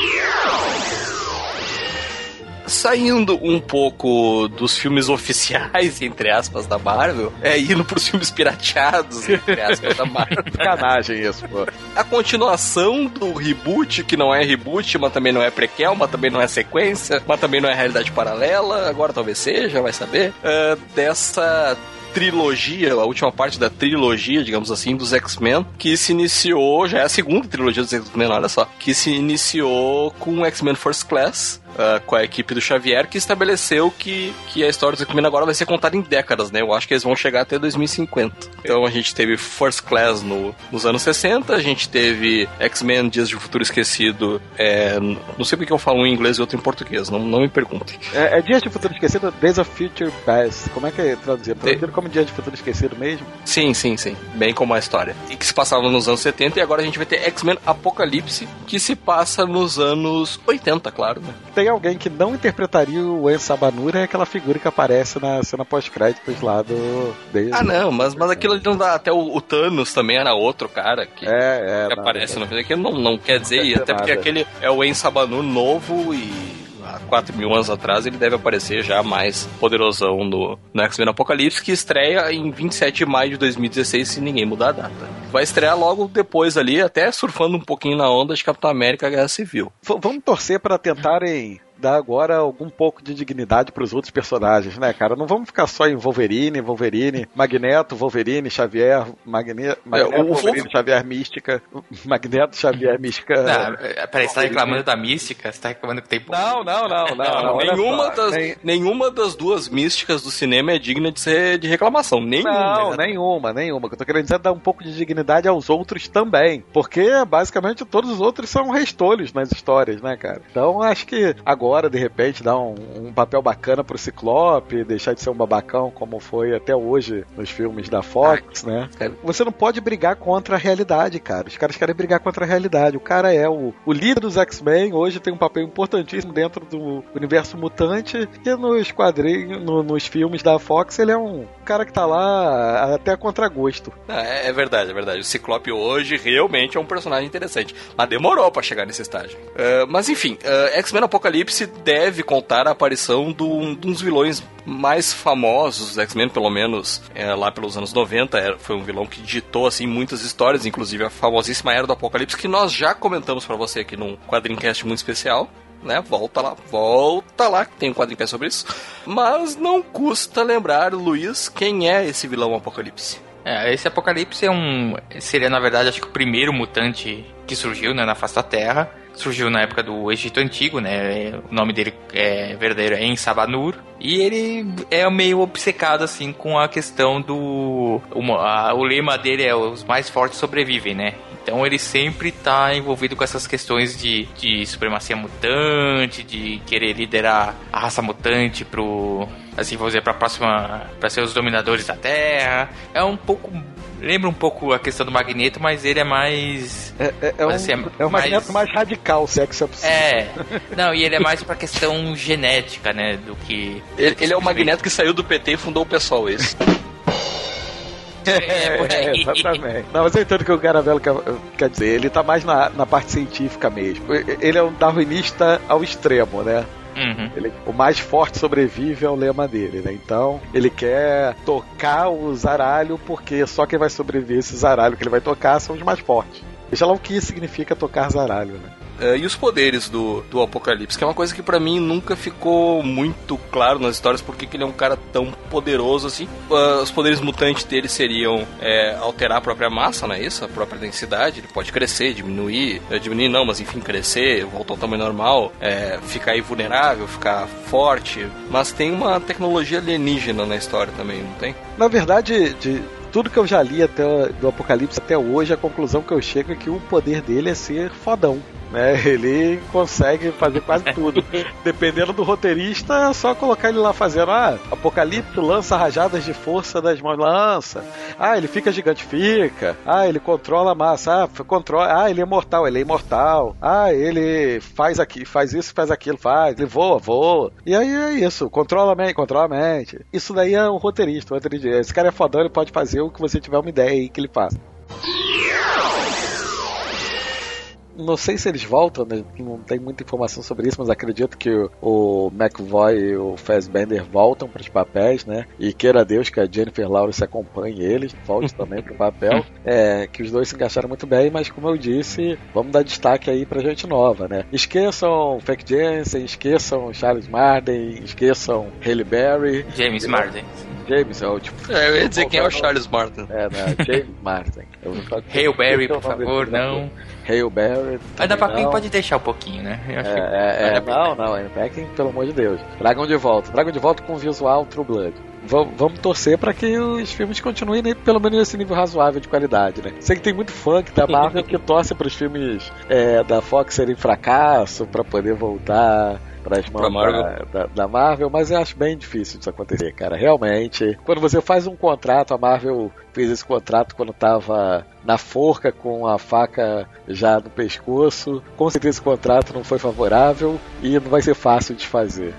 Saindo um pouco dos filmes oficiais, entre aspas, da Marvel, é indo pros filmes pirateados, entre aspas, da Marvel. Sacanagem isso, pô. A continuação do reboot, que não é reboot, mas também não é prequel, mas também não é sequência, mas também não é realidade paralela, agora talvez seja, vai saber, uh, dessa... trilogia, a última parte da trilogia, digamos assim, dos X-Men, que se iniciou, já é a segunda trilogia dos X-Men, olha só, que se iniciou com o X-Men First Class, uh, com a equipe do Xavier, que estabeleceu que, que a história dos X-Men agora vai ser contada em décadas, né? Eu acho que eles vão chegar até dois mil e cinquenta. Então a gente teve First Class no, nos anos sessenta, a gente teve X-Men Dias de Futuro Esquecido, é, não sei porque eu falo um em inglês e outro em português, não, não me perguntem. É, é Dias de Futuro Esquecido, Days of Future Past, como é que é traduzir? Traduzido como Dia de Futuro Esquecido mesmo? Sim, sim, sim. Bem como a história. E que se passava nos anos setenta, e agora a gente vai ter X-Men Apocalipse, que se passa nos anos oitenta, claro, né? Tem alguém que não interpretaria o En Sabanura, é aquela figura que aparece na cena pós-créditos lá do... Desde ah, não, mas, mas aquilo ali não dá... Até o, o Thanos também era outro cara que, é, é, que não, aparece não, no filme. Aquilo não, não quer dizer, e até porque aquele é o En Sabanur novo e... há quatro mil anos atrás, ele deve aparecer já mais poderosão no, no X-Men Apocalipse, que estreia em vinte e sete de maio de dois mil e dezesseis, se ninguém mudar a data. Vai estrear logo depois ali, até surfando um pouquinho na onda de Capitão América Guerra Civil. V- vamos torcer para tentarem dar agora algum pouco de dignidade pros outros personagens, né, cara? Não vamos ficar só em Wolverine, Wolverine, Magneto, Wolverine, Xavier, Magne... Magneto, é, o Wolverine, Wolf... Xavier, Mística, Magneto, Xavier, Mística... Não, peraí, você tá reclamando da Mística? Você tá reclamando que tem... Não, não, não, não. não, não nenhuma, só, das, nem... nenhuma das duas místicas do cinema é digna de ser de reclamação. Nenhuma. Não, né? nenhuma, nenhuma. O que eu tô querendo dizer é dar um pouco de dignidade aos outros também. Porque, basicamente, todos os outros são restolhos nas histórias, né, cara? Então, acho que agora, de repente, dar um, um papel bacana pro Ciclope, deixar de ser um babacão como foi até hoje nos filmes da Fox, ah, né? É. Você não pode brigar contra a realidade, cara. Os caras querem brigar contra a realidade. O cara é o, o líder dos X-Men, hoje tem um papel importantíssimo dentro do universo mutante, e nos quadrinhos, no, nos filmes da Fox, ele é um cara que tá lá até a contragosto. É, é verdade, é verdade. O Ciclope hoje realmente é um personagem interessante, mas demorou pra chegar nesse estágio. Uh, mas enfim, uh, X-Men Apocalipse deve contar a aparição de um dos vilões mais famosos dos X-Men, pelo menos é, lá pelos anos noventa, era, foi um vilão que ditou assim, muitas histórias, inclusive a famosíssima Era do Apocalipse, que nós já comentamos pra você aqui num quadrincast muito especial, né? Volta lá, volta lá, que tem um quadrincast sobre isso. Mas não custa lembrar, Luiz, quem é esse vilão Apocalipse? É, esse Apocalipse é um... seria, na verdade, acho que o primeiro mutante que surgiu, né, na face da Terra. Surgiu na época do Egito Antigo, né? O nome dele é verdadeiro é En Sabanur. E ele é meio obcecado, assim, com a questão do... Uma, a, o lema dele é os mais fortes sobrevivem, né? Então ele sempre tá envolvido com essas questões de, de supremacia mutante, de querer liderar a raça mutante pro... assim, vou dizer, pra próxima... pra ser os dominadores da Terra. É um pouco... Lembra um pouco a questão do Magneto, mas ele é mais... É, é, é, um, assim, é, é um mais... Magneto mais radical, se é que isso é possível. É, não, e ele é mais pra questão genética, né, do que... Ele, ele é o Magneto que saiu do P T e fundou o PSOL, esse. É, é, exatamente. Não, mas eu entendo que o Garavelo quer, quer dizer, ele tá mais na, na parte científica mesmo. Ele é um darwinista ao extremo, né? Uhum. Ele, o mais forte sobrevive é o lema dele, né? Então, ele quer tocar o zaralho, porque só quem vai sobreviver esse zaralho que ele vai tocar são os mais fortes. Veja lá o que significa tocar zaralho, né? Uh, e os poderes do, do Apocalipse, que é uma coisa que pra mim nunca ficou muito claro nas histórias, porque que ele é um cara tão poderoso assim. Uh, os poderes mutantes dele seriam é, alterar a própria massa, não é isso? A própria densidade, ele pode crescer, diminuir, uh, diminuir não, mas enfim, crescer, voltar ao tamanho normal, é, ficar invulnerável, ficar forte, mas tem uma tecnologia alienígena na história também, não tem? Na verdade, de tudo que eu já li até, do Apocalipse até hoje, a conclusão que eu chego é que o poder dele é ser fodão. Né? Ele consegue fazer quase tudo. Dependendo do roteirista, é só colocar ele lá fazendo: ah, Apocalipse lança rajadas de força das mãos, lança. Ah, ele fica gigante, fica. Ah, ele controla a massa. Ah, controla. Ah, ele é mortal, ele é imortal. Ah, ele faz aqui, faz isso, faz aquilo, faz. Ele voa, voa. E aí é isso, controla a mente, controla a mente. Isso daí é um roteirista, um roteirista. Esse cara é fodão, ele pode fazer o que você tiver uma ideia aí que ele faça. Não sei se eles voltam, né? Não tem muita informação sobre isso, mas acredito que o, o McAvoy e o Fassbender voltam para os papéis, né? E queira Deus que a Jennifer Lawrence acompanhe eles, volte também para o papel. É, que os dois se encaixaram muito bem, mas como eu disse, vamos dar destaque aí pra gente nova, né? Esqueçam Fake Jensen, esqueçam Charles Marden, esqueçam Halle Berry. James Marden. James é o tipo. É, eu ia dizer quem é o Charles Martin. É, né? James Martin. Halle Berry, por favor, não. Halle Berry. Mas da Paquin pode deixar um pouquinho, né? Eu acho é, que... é, é, não, não, é Paquin, pelo amor de Deus. Tragam de volta. Tragam de volta com visual True Blood. Vamos, vamos torcer para que os filmes continuem né, pelo menos nesse nível razoável de qualidade, né? Sei que tem muito fã que da Marvel que torce para os filmes é, da Fox serem fracasso para poder voltar para as mãos Marvel. Da, da, da Marvel, mas eu acho bem difícil isso acontecer, cara. Realmente, quando você faz um contrato, a Marvel fez esse contrato quando tava na forca com a faca já no pescoço. Com certeza esse contrato não foi favorável e não vai ser fácil de fazer.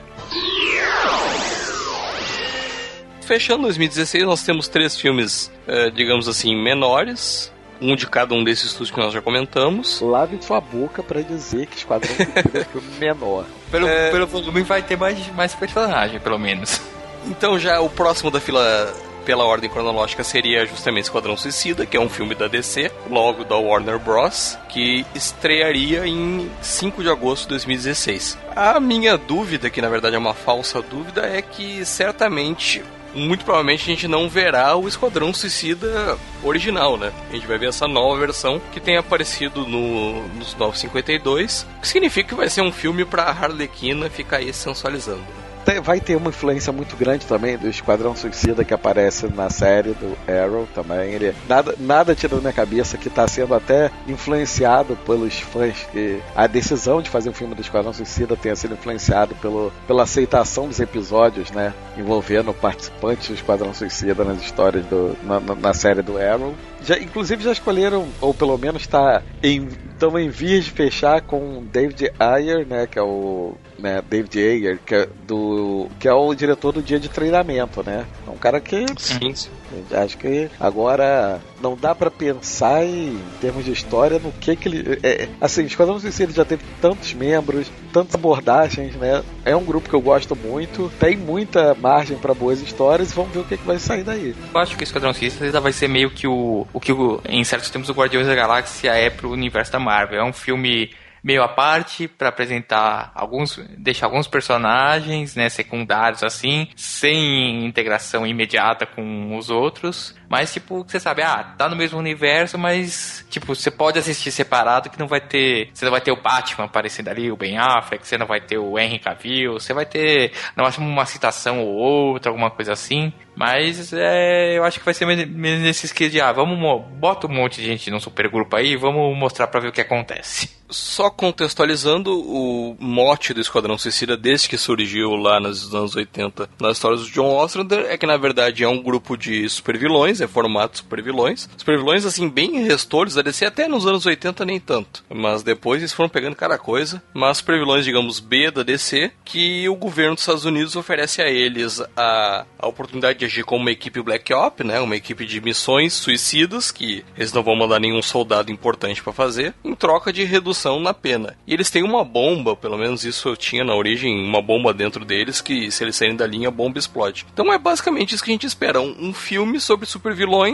Fechando dois mil e dezesseis, nós temos três filmes, uh, digamos assim, menores. Um de cada um desses estudos que nós já comentamos. Lave sua boca pra dizer que Esquadrão Suicida é um filme menor. Pelo, é... pelo volume vai ter mais, mais personagem, pelo menos. Então já o próximo da fila, pela ordem cronológica, seria justamente Esquadrão Suicida, que é um filme da D C, logo da Warner Bros., que estrearia em cinco de agosto de dois mil e dezesseis. A minha dúvida, que na verdade é uma falsa dúvida, é que certamente... muito provavelmente a gente não verá o Esquadrão Suicida original, né? A gente vai ver essa nova versão que tem aparecido no, nos novecentos e cinquenta e dois, o que significa que vai ser um filme pra Arlequina ficar aí sensualizando. Vai ter uma influência muito grande também do Esquadrão Suicida que aparece na série do Arrow também. Ele, nada, nada tira da minha cabeça que está sendo até influenciado pelos fãs, que a decisão de fazer um filme do Esquadrão Suicida tenha sido influenciado pelo, pela aceitação dos episódios, né, envolvendo participantes do Esquadrão Suicida nas histórias do, na, na série do Arrow. Já, inclusive já escolheram, ou pelo menos está em, estão em vias de fechar com David Ayer, né, que é o né, David Ayer, que é, do, que é o diretor do Dia de Treinamento, né? É um cara que sim, sim. Acho que agora não dá pra pensar em termos de história no que que ele... É, assim, Esquadrão Suicida já teve tantos membros, tantas abordagens, né? É um grupo que eu gosto muito, tem muita margem pra boas histórias e vamos ver o que, que vai sair daí. Eu acho que o Esquadrão Suicida vai ser meio que o, o que o, em certos tempos o Guardiões da Galáxia é pro universo da Marvel. É um filme meio à parte para apresentar alguns, deixar alguns personagens, né, secundários assim, sem integração imediata com os outros, mas tipo, você sabe, ah, tá no mesmo universo, mas tipo, você pode assistir separado que não vai ter, você não vai ter o Batman aparecendo ali, o Ben Affleck, você não vai ter o Henry Cavill, você vai ter, no máximo uma citação ou outra, alguma coisa assim, mas é, eu acho que vai ser mesmo nesse esquema de, ah, vamos, bota um monte de gente num supergrupo aí, vamos mostrar pra ver o que acontece. Só contextualizando, o mote do Esquadrão Suicida, desde que surgiu lá nos anos oitenta, nas histórias do John Ostrander, é que na verdade é um grupo de supervilões, é formato de supervilões. Supervilões, assim, bem restores da D C, até nos anos oitenta nem tanto. Mas depois eles foram pegando cada coisa. Mas supervilões, digamos, B da D C, que o governo dos Estados Unidos oferece a eles a, a oportunidade de agir como uma equipe Black Ops, né? Uma equipe de missões suicidas, que eles não vão mandar nenhum soldado importante pra fazer, em troca de redução na pena. E eles têm uma bomba, pelo menos isso eu tinha na origem, uma bomba dentro deles, que se eles saírem da linha, a bomba explode. Então é basicamente isso que a gente espera, um, um filme sobre supervilões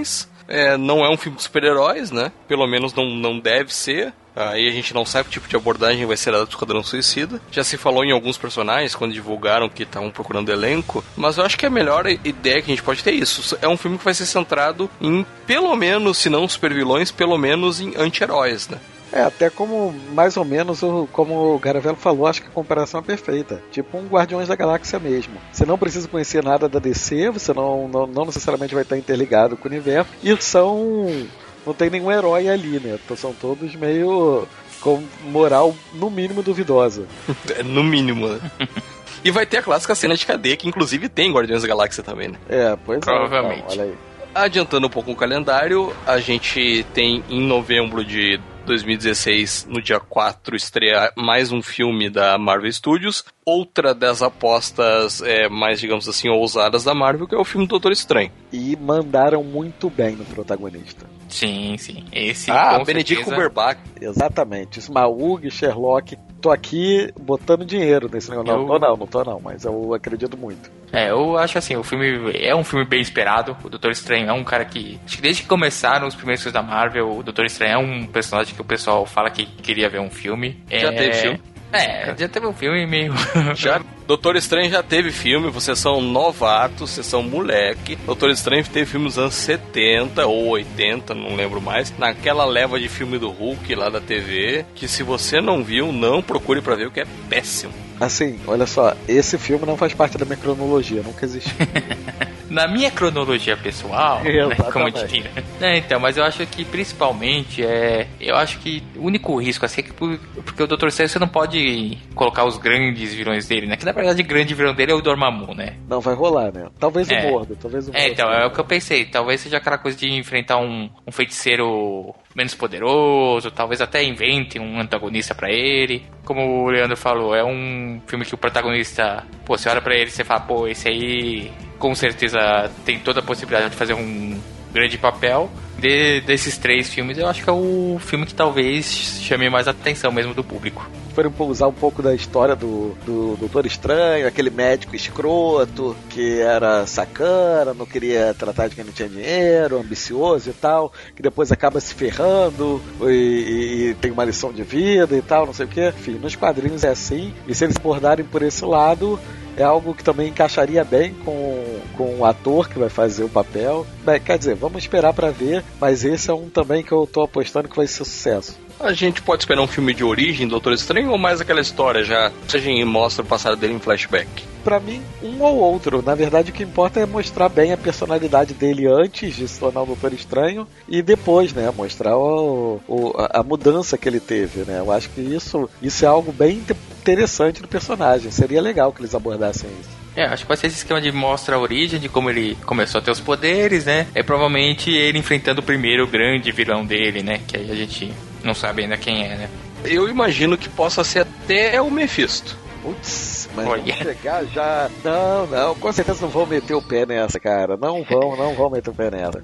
É, não é um filme de super-heróis, né? Pelo menos não, não deve ser. Aí a gente não sabe que tipo de abordagem vai ser a do Esquadrão Suicida. Já se falou em alguns personagens quando divulgaram que estavam procurando elenco, mas eu acho que a melhor ideia que a gente pode ter é isso. É um filme que vai ser centrado em, pelo menos, se não super vilões, pelo menos em anti-heróis, né? É, até como, mais ou menos, o, como o Garavello falou, acho que a comparação é perfeita. Tipo um Guardiões da Galáxia mesmo. Você não precisa conhecer nada da D C, você não, não, não necessariamente vai estar interligado com o universo, e são... não tem nenhum herói ali, né? Então são todos meio com moral, no mínimo, duvidosa. No mínimo, né? E vai ter a clássica cena de cadeia, que inclusive tem Guardiões da Galáxia também, né? É, pois Provavelmente. é. Então, olha aí. Adiantando um pouco o calendário, a gente tem em novembro de dois mil e dezesseis, no dia quatro, estreia mais um filme da Marvel Studios. Outra das apostas é, mais, digamos assim, ousadas da Marvel, que é o filme do Doutor Estranho. E mandaram muito bem no protagonista. Sim, sim. Esse, ah, com Benedict certeza... Cumberbatch. Exatamente. Smaug, Sherlock. Tô aqui botando dinheiro nesse negócio. Eu... Não, tô não, não tô não, mas eu acredito muito. É, eu acho assim, o filme é um filme bem esperado. O Doutor Estranho é um cara que... acho que desde que começaram os primeiros filmes da Marvel, o Doutor Estranho é um personagem que o pessoal fala que queria ver um filme. Já é... teve filme? É, já teve um filme meio... Já, Doutor Estranho já teve filme, vocês são novatos, vocês são moleque. Doutor Estranho teve filme nos anos setenta ou oitenta, não lembro mais. Naquela leva de filme do Hulk lá da T V, que se você não viu, não procure pra ver, o que é péssimo. Assim, olha só, esse filme não faz parte da minha cronologia, nunca existiu. Na minha cronologia pessoal, né, como diria. É, então, mas eu acho que principalmente é. Eu acho que o único risco assim é que porque o doutor Estranho você não pode colocar os grandes vilões dele, né? Que na verdade o grande vilão dele é o Dormammu, né? Não vai rolar, né? Talvez é. o Mordo, talvez o Mordo. É, então, é o que eu pensei. Talvez seja aquela coisa de enfrentar um, um feiticeiro menos poderoso, talvez até invente um antagonista pra ele. Como o Leandro falou, é um filme que o protagonista, pô, você olha pra ele e você fala, pô, esse aí com certeza tem toda a possibilidade de fazer um grande papel. De, desses três filmes, eu acho que é o filme que talvez chame mais a atenção mesmo do público. Foram usar um pouco da história do, do Doutor Estranho, aquele médico escroto que era sacana, não queria tratar de quem não tinha dinheiro, ambicioso e tal, que depois acaba se ferrando e, e, e tem uma lição de vida e tal, não sei o que. Enfim, nos quadrinhos é assim, e se eles abordarem por esse lado, é algo que também encaixaria bem com, com o ator que vai fazer o papel. Bem, quer dizer, vamos esperar pra ver, mas esse é um também que eu tô apostando que vai ser sucesso. A gente pode esperar um filme de origem do Doutor Estranho ou mais aquela história já que a gente mostra o passado dele em flashback? Pra mim, um ou outro. Na verdade, o que importa é mostrar bem a personalidade dele antes de se tornar o Doutor Estranho e depois, né, mostrar o, o, a mudança que ele teve, né? Eu acho que isso, isso é algo bem interessante do personagem. Seria legal que eles abordassem isso. É, acho que vai ser esse esquema de mostra a origem, de como ele começou a ter os poderes, né? É provavelmente ele enfrentando o primeiro grande vilão dele, né? Que aí a gente não sabe ainda quem é, né? Eu imagino que possa ser até o Mephisto. Putz, mas vamos chegar já... Não, não, com certeza não vão meter o pé nessa, cara. Não vão, não vão meter o pé nela.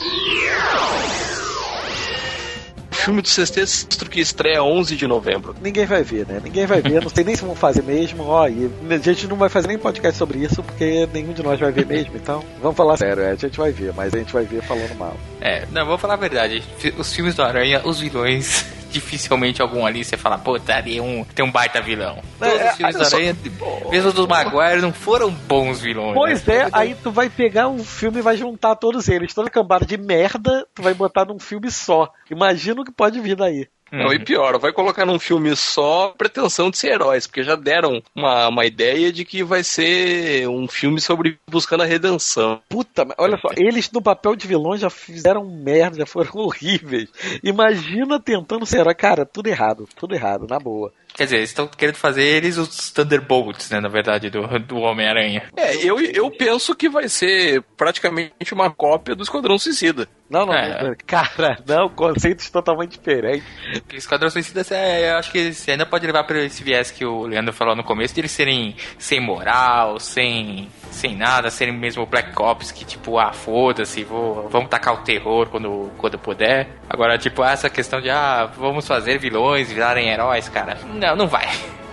Filme do Sexteto que estreia onze de novembro. Ninguém vai ver, né? Ninguém vai ver, não sei nem se vão fazer mesmo. Ó, e a gente não vai fazer nem podcast sobre isso, porque nenhum de nós vai ver mesmo, então vamos falar sério, é, a gente vai ver, mas a gente vai ver falando mal. É, não, vou falar a verdade, os filmes do Aranha, os vilões, dificilmente algum ali você fala, pô, daria um, tem um baita vilão. Todos é, os filmes do Aranha, mesmo os dos Maguire, não foram bons vilões. Pois né? é, aí tu vai pegar um filme e vai juntar todos eles, toda cambada de merda, tu vai botar num filme só. Imagina o que pode vir daí. Não, e pior, vai colocar num filme só pretensão de ser heróis, porque já deram uma, uma ideia de que vai ser um filme sobre buscando a redenção. Puta, olha só, eles no papel de vilões já fizeram merda, já foram horríveis. Imagina tentando ser herói. Cara, tudo errado, tudo errado, na boa. Quer dizer, eles estão querendo fazer eles os Thunderbolts, né, na verdade, do, do Homem-Aranha. É, eu, eu penso que vai ser praticamente uma cópia do Esquadrão Suicida. Não, não, É. cara, não, conceitos totalmente diferentes. Porque Esquadrão Suicida, é, eu acho que você ainda pode levar para esse viés que o Leandro falou no começo, de eles serem sem moral, sem, sem nada, serem mesmo Black Ops, que tipo, ah, foda-se, vou, vamos tacar o terror quando, quando puder. Agora, tipo, essa questão de, ah, vamos fazer vilões, virarem heróis, cara, não, não vai.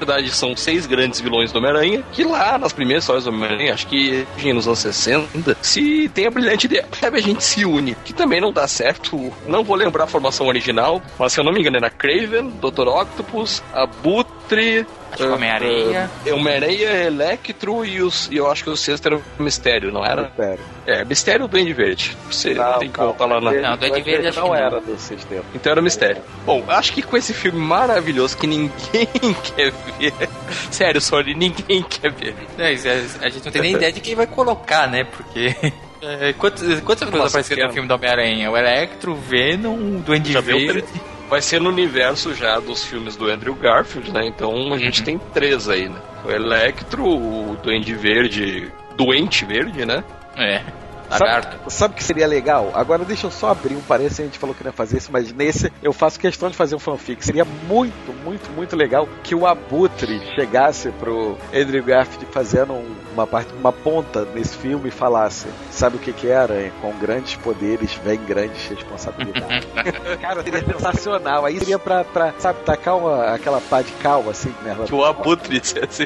verdade, são seis grandes vilões do Homem-Aranha, que lá nas primeiras histórias do Homem-Aranha, acho que nos anos sessenta, se tem a brilhante ideia, a gente se une, que também não dá certo, não vou lembrar a formação original, mas se eu não me engano era Kraven, doutor Octopus, Abutre... Acho que Homem-Aranha. Uh, Homem-Aranha, Electro e os, eu acho que o sexto era o Mistério, não era? Mistério. É, Mistério ou Duende Verde? Você não, tem que não, voltar lá na... Não, Duende Verde acho não que era do sistema. Então era o Mistério. Bom, acho que com esse filme maravilhoso que ninguém quer ver, sério, Sony, ninguém quer ver. É, a gente não tem nem ideia de quem vai colocar, né? Porque... É, quantas quantas pessoas apareceram no filme do Homem-Aranha? O Electro, o Venom, o Duende Verde... Vai ser no universo já dos filmes do Andrew Garfield, né? Então a gente uhum. tem três aí, né? O Electro, o Duende Verde, Doente Verde, né? É. Sabe, sabe o que seria legal? Agora deixa eu só abrir um parênteses, a gente falou que não ia fazer isso, mas nesse eu faço questão de fazer um fanfic. Seria muito, muito, muito legal que o Abutre chegasse pro Andrew Garfield fazendo uma parte, uma ponta nesse filme e falasse, sabe o que que era? Com grandes poderes vem grandes responsabilidades. Cara, seria sensacional. Aí seria pra, pra sabe, tacar uma, aquela pá de cal assim, né? Que o Abutre ia ser...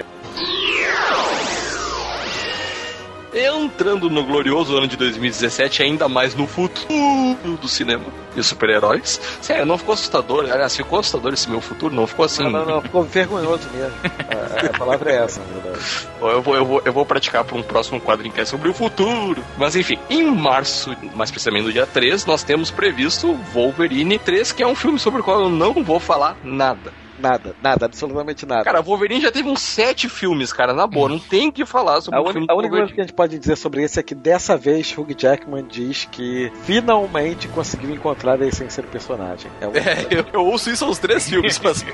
Entrando no glorioso ano de dois mil e dezessete, ainda mais no futuro do cinema e super-heróis. Sério, não ficou assustador? Aliás, ficou assustador esse meu futuro? Não ficou assim? Não, não, não, ficou vergonhoso mesmo. a, a palavra é essa, na verdade. Eu vou, eu vou, eu vou praticar para um próximo quadrinho que é sobre o futuro. Mas enfim, em março, mais precisamente no dia três, nós temos previsto Wolverine três, que é um filme sobre o qual eu não vou falar nada. Nada, nada, absolutamente nada. Cara, Wolverine já teve uns sete filmes, cara, na boa, não tem que falar sobre a o un... filme A única coisa que a gente pode dizer sobre esse é que dessa vez Hugh Jackman diz que finalmente conseguiu encontrar a essência do personagem. É, é eu, eu ouço isso aos três filmes, mas...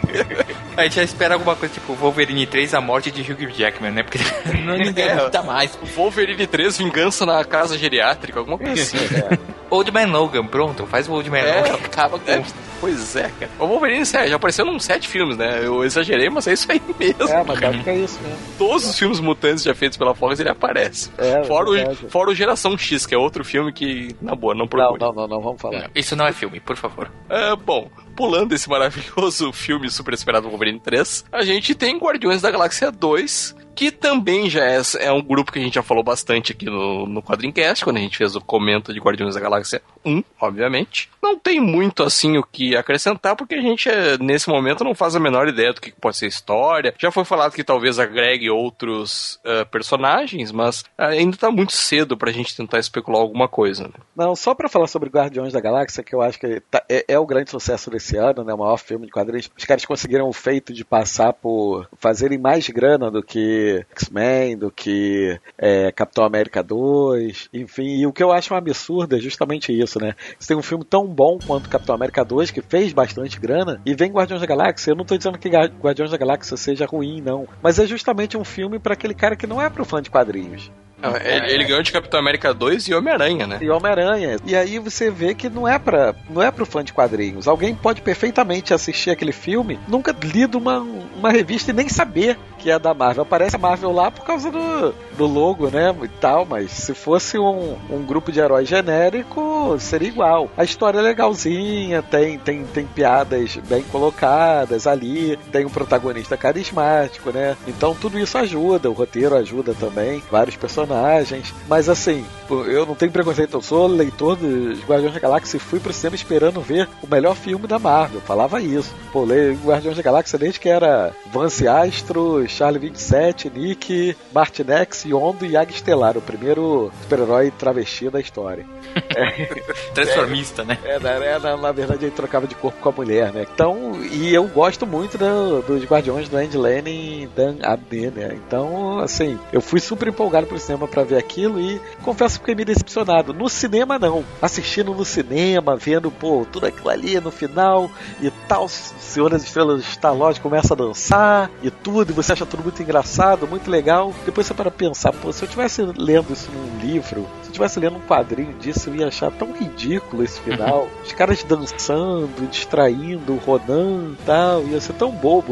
A gente já espera alguma coisa tipo Wolverine três, a morte de Hugh Jackman, né? Porque não ninguém é, tá mais. Wolverine três, vingança na casa geriátrica, alguma coisa assim. É. Old Man Logan, pronto, faz o Old Man é, Logan, acaba com... É, pois é, cara. O Wolverine, sério, já apareceu num sete filmes, né? Eu exagerei, mas é isso aí mesmo. É, mas acho que é isso mesmo. Todos os filmes mutantes já feitos pela Fox, ele aparece. É, fora, o, fora o Geração X, que é outro filme que, na boa, não procure. Não, não, não, não, vamos falar. Isso não é filme, por favor. É, bom, pulando esse maravilhoso filme super esperado Wolverine três, a gente tem Guardiões da Galáxia dois, que também já é, é um grupo que a gente já falou bastante aqui no, no Quadrincast, quando a gente fez o comento de Guardiões da Galáxia um, obviamente. Não tem muito assim o que acrescentar, porque a gente, nesse momento, não faz a menor ideia do que pode ser a história. Já foi falado que talvez agregue outros uh, personagens, mas ainda tá muito cedo pra gente tentar especular alguma coisa, né? Não, só pra falar sobre Guardiões da Galáxia, que eu acho que tá, é, é o grande sucesso desse ano, né? O maior filme de quadrinhos. Os caras conseguiram o feito de passar por fazerem mais grana do que X-Men, do que é, Capitão América dois, enfim, e o que eu acho um absurdo é justamente isso, né? Você tem um filme tão bom quanto Capitão América dois, que fez bastante grana, e vem Guardiões da Galáxia. Eu não tô dizendo que Guardiões da Galáxia seja ruim, não, mas é justamente um filme pra aquele cara que não é pro fã de quadrinhos. Não, ele, ele ganhou de Capitão América dois e Homem-Aranha, né? E Homem-Aranha. E aí você vê que não é pra, não é pro fã de quadrinhos. Alguém pode perfeitamente assistir aquele filme, nunca lido uma, uma revista e nem saber que é da Marvel. Aparece a Marvel lá por causa do, do logo, né? E tal, mas se fosse um, um grupo de heróis genérico, seria igual. A história é legalzinha, tem, tem, tem piadas bem colocadas ali, tem um protagonista carismático, né? Então tudo isso ajuda, o roteiro ajuda também, vários personagens. Mas assim, eu não tenho preconceito, eu sou leitor dos Guardiões da Galáxia e fui pro cinema esperando ver o melhor filme da Marvel, falava isso. Pô, leio Guardiões da Galáxia desde que era Vance Astro, Charlie vinte e sete, Nick, Martinex, Yondo e Águia Estelar, o primeiro super-herói travesti da história. É, transformista, é, né? É, é, na, na verdade ele trocava de corpo com a mulher, né? Então, e eu gosto muito do, dos Guardiões do Andy Lanning e Dan Abney, né? Então, assim, eu fui super empolgado pro cinema pra ver aquilo e confesso que fiquei meio decepcionado. No cinema não, assistindo no cinema, vendo, pô, tudo aquilo ali no final e tal, Senhor das Estrelas Star-Lord começa a dançar e tudo, e você acha tudo muito engraçado, muito legal. Depois você para pensar, pô, se eu tivesse lendo isso num livro, se eu tivesse lendo um quadrinho disso, eu ia achar tão ridículo esse final. Os caras dançando, distraindo, rodando e tal, ia ser tão bobo, né?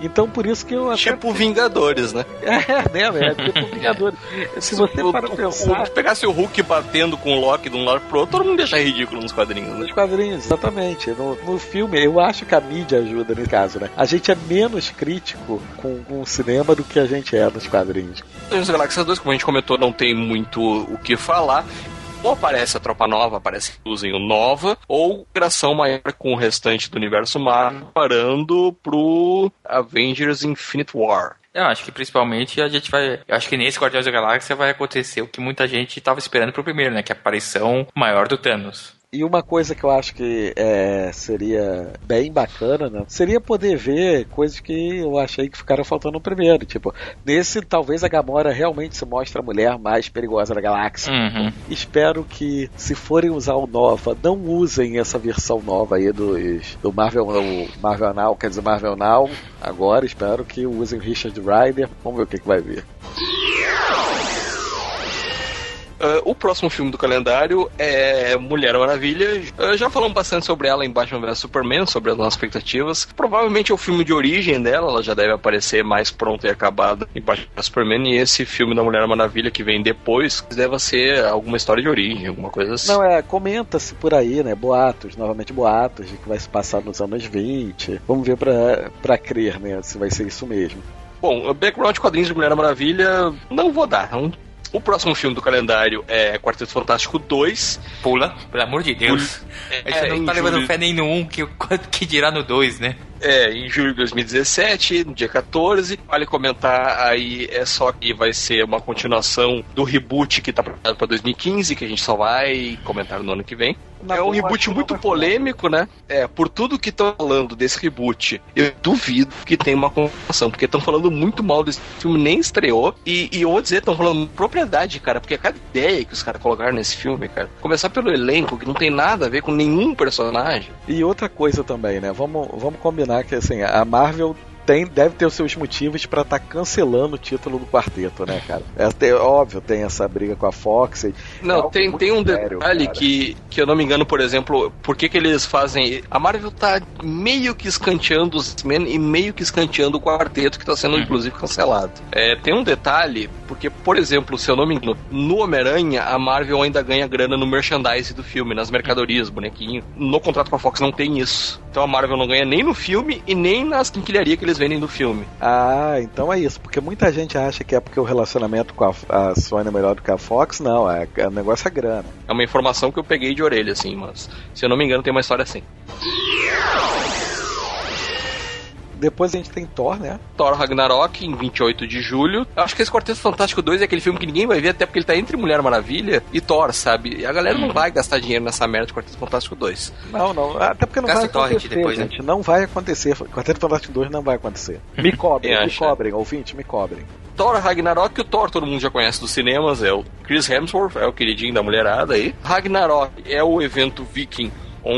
Então por isso que eu até... Tipo Vingadores, né? É, né, é tipo Vingadores. Se você para pensar... Se pegasse o Hulk batendo com o Loki de um lado pro outro, todo mundo ia achar ridículo nos quadrinhos, né? Nos quadrinhos, exatamente. No, no filme, eu acho que a mídia ajuda nesse caso, né? A gente é menos crítico com, com o cinema do que a gente é nos quadrinhos. Nos Galáxias dois, como a gente comentou, não tem muito o que falar. Ou aparece a Tropa Nova, aparece que usem o Nova, ou interação maior com o restante do universo Marvel, parando pro Avengers Infinite War. Eu acho que principalmente a gente vai... Eu acho que nesse Guardiões da Galáxia vai acontecer o que muita gente estava esperando pro primeiro, né? Que é a aparição maior do Thanos. E uma coisa que eu acho que é, seria bem bacana, né? Seria poder ver coisas que eu achei que ficaram faltando no primeiro. Tipo, nesse talvez a Gamora realmente se mostre a mulher mais perigosa da galáxia. Uhum. Espero que, se forem usar o Nova, não usem essa versão nova aí dos, do Marvel, o Marvel Now, quer dizer, Marvel Now. Agora espero que usem o Richard Rider. Vamos ver o que, que vai vir. Uh, o próximo filme do calendário é Mulher Maravilha. Uh, já falamos bastante sobre ela em Batman versus Superman, sobre as nossas expectativas. Provavelmente é o filme de origem dela, ela já deve aparecer mais pronta e acabada em Batman versus Superman. E esse filme da Mulher Maravilha que vem depois deve ser alguma história de origem, alguma coisa assim. Não, é, comenta-se por aí, né? Boatos, novamente boatos, de que vai se passar nos anos vinte. Vamos ver pra, pra crer, né? Se vai ser isso mesmo. Bom, o background de quadrinhos de Mulher Maravilha não vou dar, não. O próximo filme do calendário é Quarteto Fantástico dois. Pula, pelo amor de Deus. Pula. A gente é, não tá levando julho... fé nem no um, que, que dirá no dois, né? É, em julho de dois mil e dezessete, no dia quatorze. Vale comentar aí, é só que vai ser uma continuação do reboot que tá preparado pra dois mil e quinze, que a gente só vai comentar no ano que vem. É um reboot muito polêmico, né? É, por tudo que estão falando desse reboot, eu duvido que tenha uma continuação, porque estão falando muito mal desse filme, nem estreou. E, e eu vou dizer, estão falando propriedade, cara, porque cada ideia que os caras colocaram nesse filme, cara, começar pelo elenco, que não tem nada a ver com nenhum personagem. E outra coisa também, né? Vamos, vamos combinar que, assim, a Marvel... Tem, deve ter os seus motivos pra estar tá cancelando o título do quarteto, né, cara? É, tem, óbvio, tem essa briga com a Fox. Não, é tem, tem um sério, detalhe que, que eu não me engano, por exemplo, por que que eles fazem... A Marvel tá meio que escanteando os X-Men e meio que escanteando o quarteto, que tá sendo, inclusive, cancelado. É, tem um detalhe, porque, por exemplo, se eu não me engano, no Homem-Aranha, a Marvel ainda ganha grana no merchandise do filme, nas mercadorias, bonequinho. No contrato com a Fox não tem isso. Então a Marvel não ganha nem no filme e nem nas quinquilharias que eles vendem do filme. Ah, então é isso, porque muita gente acha que é porque o relacionamento com a, a Sony é melhor do que a Fox. Não, é, é, o negócio é grana. É uma informação que eu peguei de orelha, assim, mas se eu não me engano tem uma história assim. Depois a gente tem Thor, né? Thor Ragnarok, em vinte e oito de julho. Eu acho que esse Quarteto Fantástico dois é aquele filme que ninguém vai ver, até porque ele tá entre Mulher Maravilha e Thor, sabe? E a galera não vai gastar dinheiro nessa merda de Quarteto Fantástico dois. Não, não. Até porque não Gasta vai acontecer, depois, gente. Né? Não vai acontecer. Quarteto Fantástico dois não vai acontecer. Me cobrem, me cobrem, ouvinte, me cobrem. Thor Ragnarok, o Thor todo mundo já conhece dos cinemas, é o Chris Hemsworth, é o queridinho da mulherada aí. Ragnarok é o evento viking,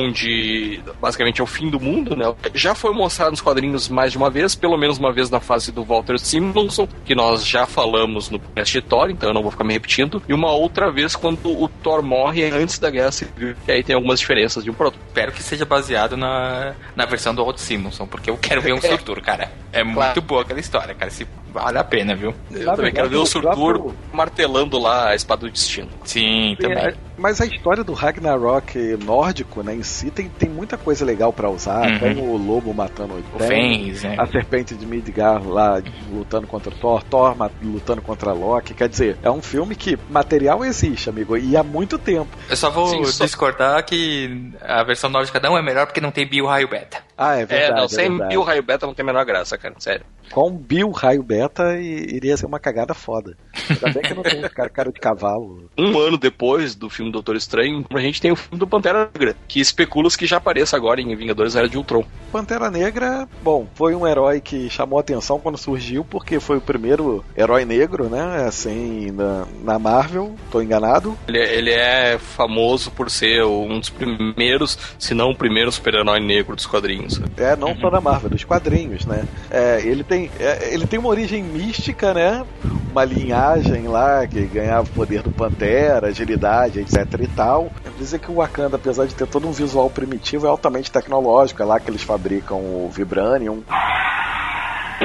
onde basicamente é o fim do mundo, né? Já foi mostrado nos quadrinhos mais de uma vez, pelo menos uma vez na fase do Walter Simonson, que nós já falamos no podcast de Thor, então eu não vou ficar me repetindo, e uma outra vez quando o Thor morre antes da Guerra Civil, que aí tem algumas diferenças de um produto. Espero que seja baseado na, na versão do Walt Simonson, porque eu quero ver um Surtur, cara. É muito claro. Boa aquela história, cara. Se vale a pena, viu? Eu também quero ver o Surtur próprio... martelando lá a espada do destino. Sim, também. É, mas a história do Ragnarok nórdico, né, em si, tem, tem muita coisa legal pra usar. Uhum. Tem o lobo matando o Fens, né? A serpente de Midgard lá lutando contra o Thor, Thor lutando contra Loki. Quer dizer, é um filme que material existe, amigo, e há muito tempo. Eu só vou Sim, discordar só... que a versão nórdica não é melhor porque não tem Bill Raio Beta. Ah, é verdade. É, não, é sem verdade. Bill Raio Beta não tem a menor graça, cara, sério. Com Bill Raio Beta iria ser uma cagada foda. Ainda bem que não tem cara, cara de cavalo. Um ano depois do filme Doutor Estranho, a gente tem o filme do Pantera Negra, que especula-se que já apareça agora em Vingadores Era de Ultron. Pantera Negra, bom, foi um herói que chamou a atenção quando surgiu, porque foi o primeiro herói negro, né, assim, na, na Marvel, tô enganado. Ele, ele é famoso por ser um dos primeiros, se não o primeiro super-herói negro dos quadrinhos. É, não só da Marvel, dos quadrinhos, né. É, ele tem, é, ele tem uma origem mística, né, uma linhagem lá que ganhava o poder do Pantera, agilidade, etc e tal. Dizer que o Wakanda, apesar de ter todo um visual primitivo, é altamente tecnológico. É lá que eles fabricam o Vibranium.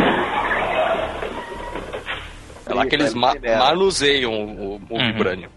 lá que eles ma manuseiam o, o uhum. Vibranium.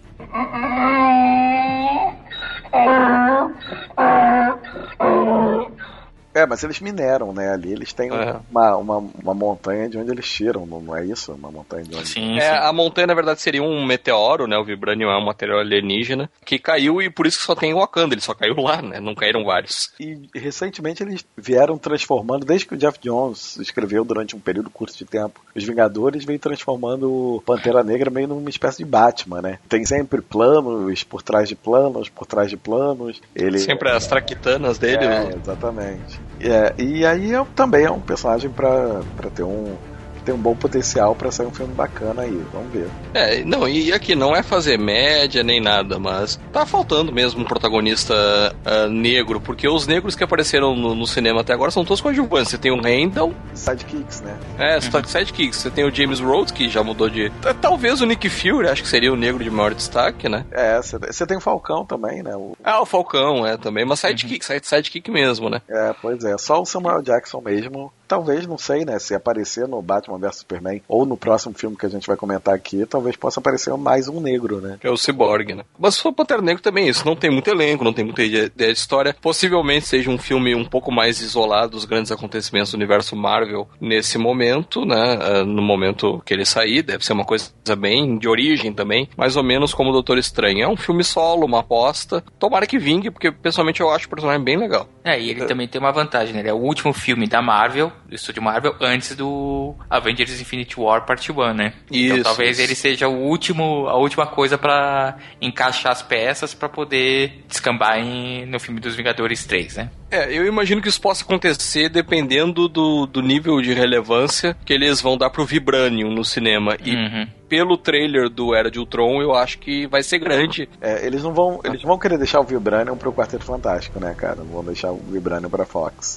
É, mas eles mineram, né, ali. Eles têm é. uma, uma, uma montanha de onde eles tiram, não, não é isso? Uma montanha de onde... Sim, é, sim. A montanha, na verdade, seria um meteoro, né? O Vibranium é um material alienígena que caiu e por isso que só tem o Wakanda. Ele só caiu lá, né? Não caíram vários. E recentemente eles vieram transformando, desde que o Jeff Jones escreveu durante um período curto de tempo, os Vingadores veio transformando o Pantera Negra meio numa espécie de Batman, né? Tem sempre planos por trás de planos, por trás de planos. Ele... Sempre as traquitanas dele. É, né? exatamente. É, e aí é, também é um personagem pra, pra ter um... tem um bom potencial pra sair um filme bacana aí, vamos ver. É, não, e aqui não é fazer média nem nada, mas tá faltando mesmo um protagonista uh, negro, porque os negros que apareceram no, no cinema até agora são todos coadjuvantes. Você tem o Randall... Sidekicks, né? É, uhum. Sidekicks. Você tem o James Rhodes, que já mudou de... Talvez o Nick Fury, acho que seria o negro de maior destaque, né? É, você tem o Falcão também, né? O... Ah, o Falcão, é, também, mas Sidekick, uhum. Sidekick mesmo, né? É, pois é, só o Samuel Jackson mesmo... Talvez, não sei, né, se aparecer no Batman versus Superman ou no próximo filme que a gente vai comentar aqui, talvez possa aparecer mais um negro, né? Que é o Cyborg, né? Mas se for Pantera Negro também isso, não tem muito elenco, não tem muita ideia de história. Possivelmente seja um filme um pouco mais isolado dos grandes acontecimentos do universo Marvel nesse momento, né? No momento que ele sair, deve ser uma coisa bem de origem também, mais ou menos como o Doutor Estranho. É um filme solo, uma aposta. Tomara que vingue, porque pessoalmente eu acho o personagem bem legal. É, e ele é. também tem uma vantagem, né? Ele é o último filme da Marvel, do estúdio Marvel, antes do Avengers Infinity War Part um, né? Isso, então talvez isso. ele seja o último, a última coisa pra encaixar as peças pra poder descambar em, no filme dos Vingadores três, né? É, eu imagino que isso possa acontecer dependendo do, do nível de relevância que eles vão dar pro Vibranium no cinema. E uhum. pelo trailer do Era de Ultron, eu acho que vai ser grande. É, eles não vão, eles vão querer deixar o Vibranium pro Quarteto Fantástico, né, cara? Não vão deixar o Vibranium pra Fox.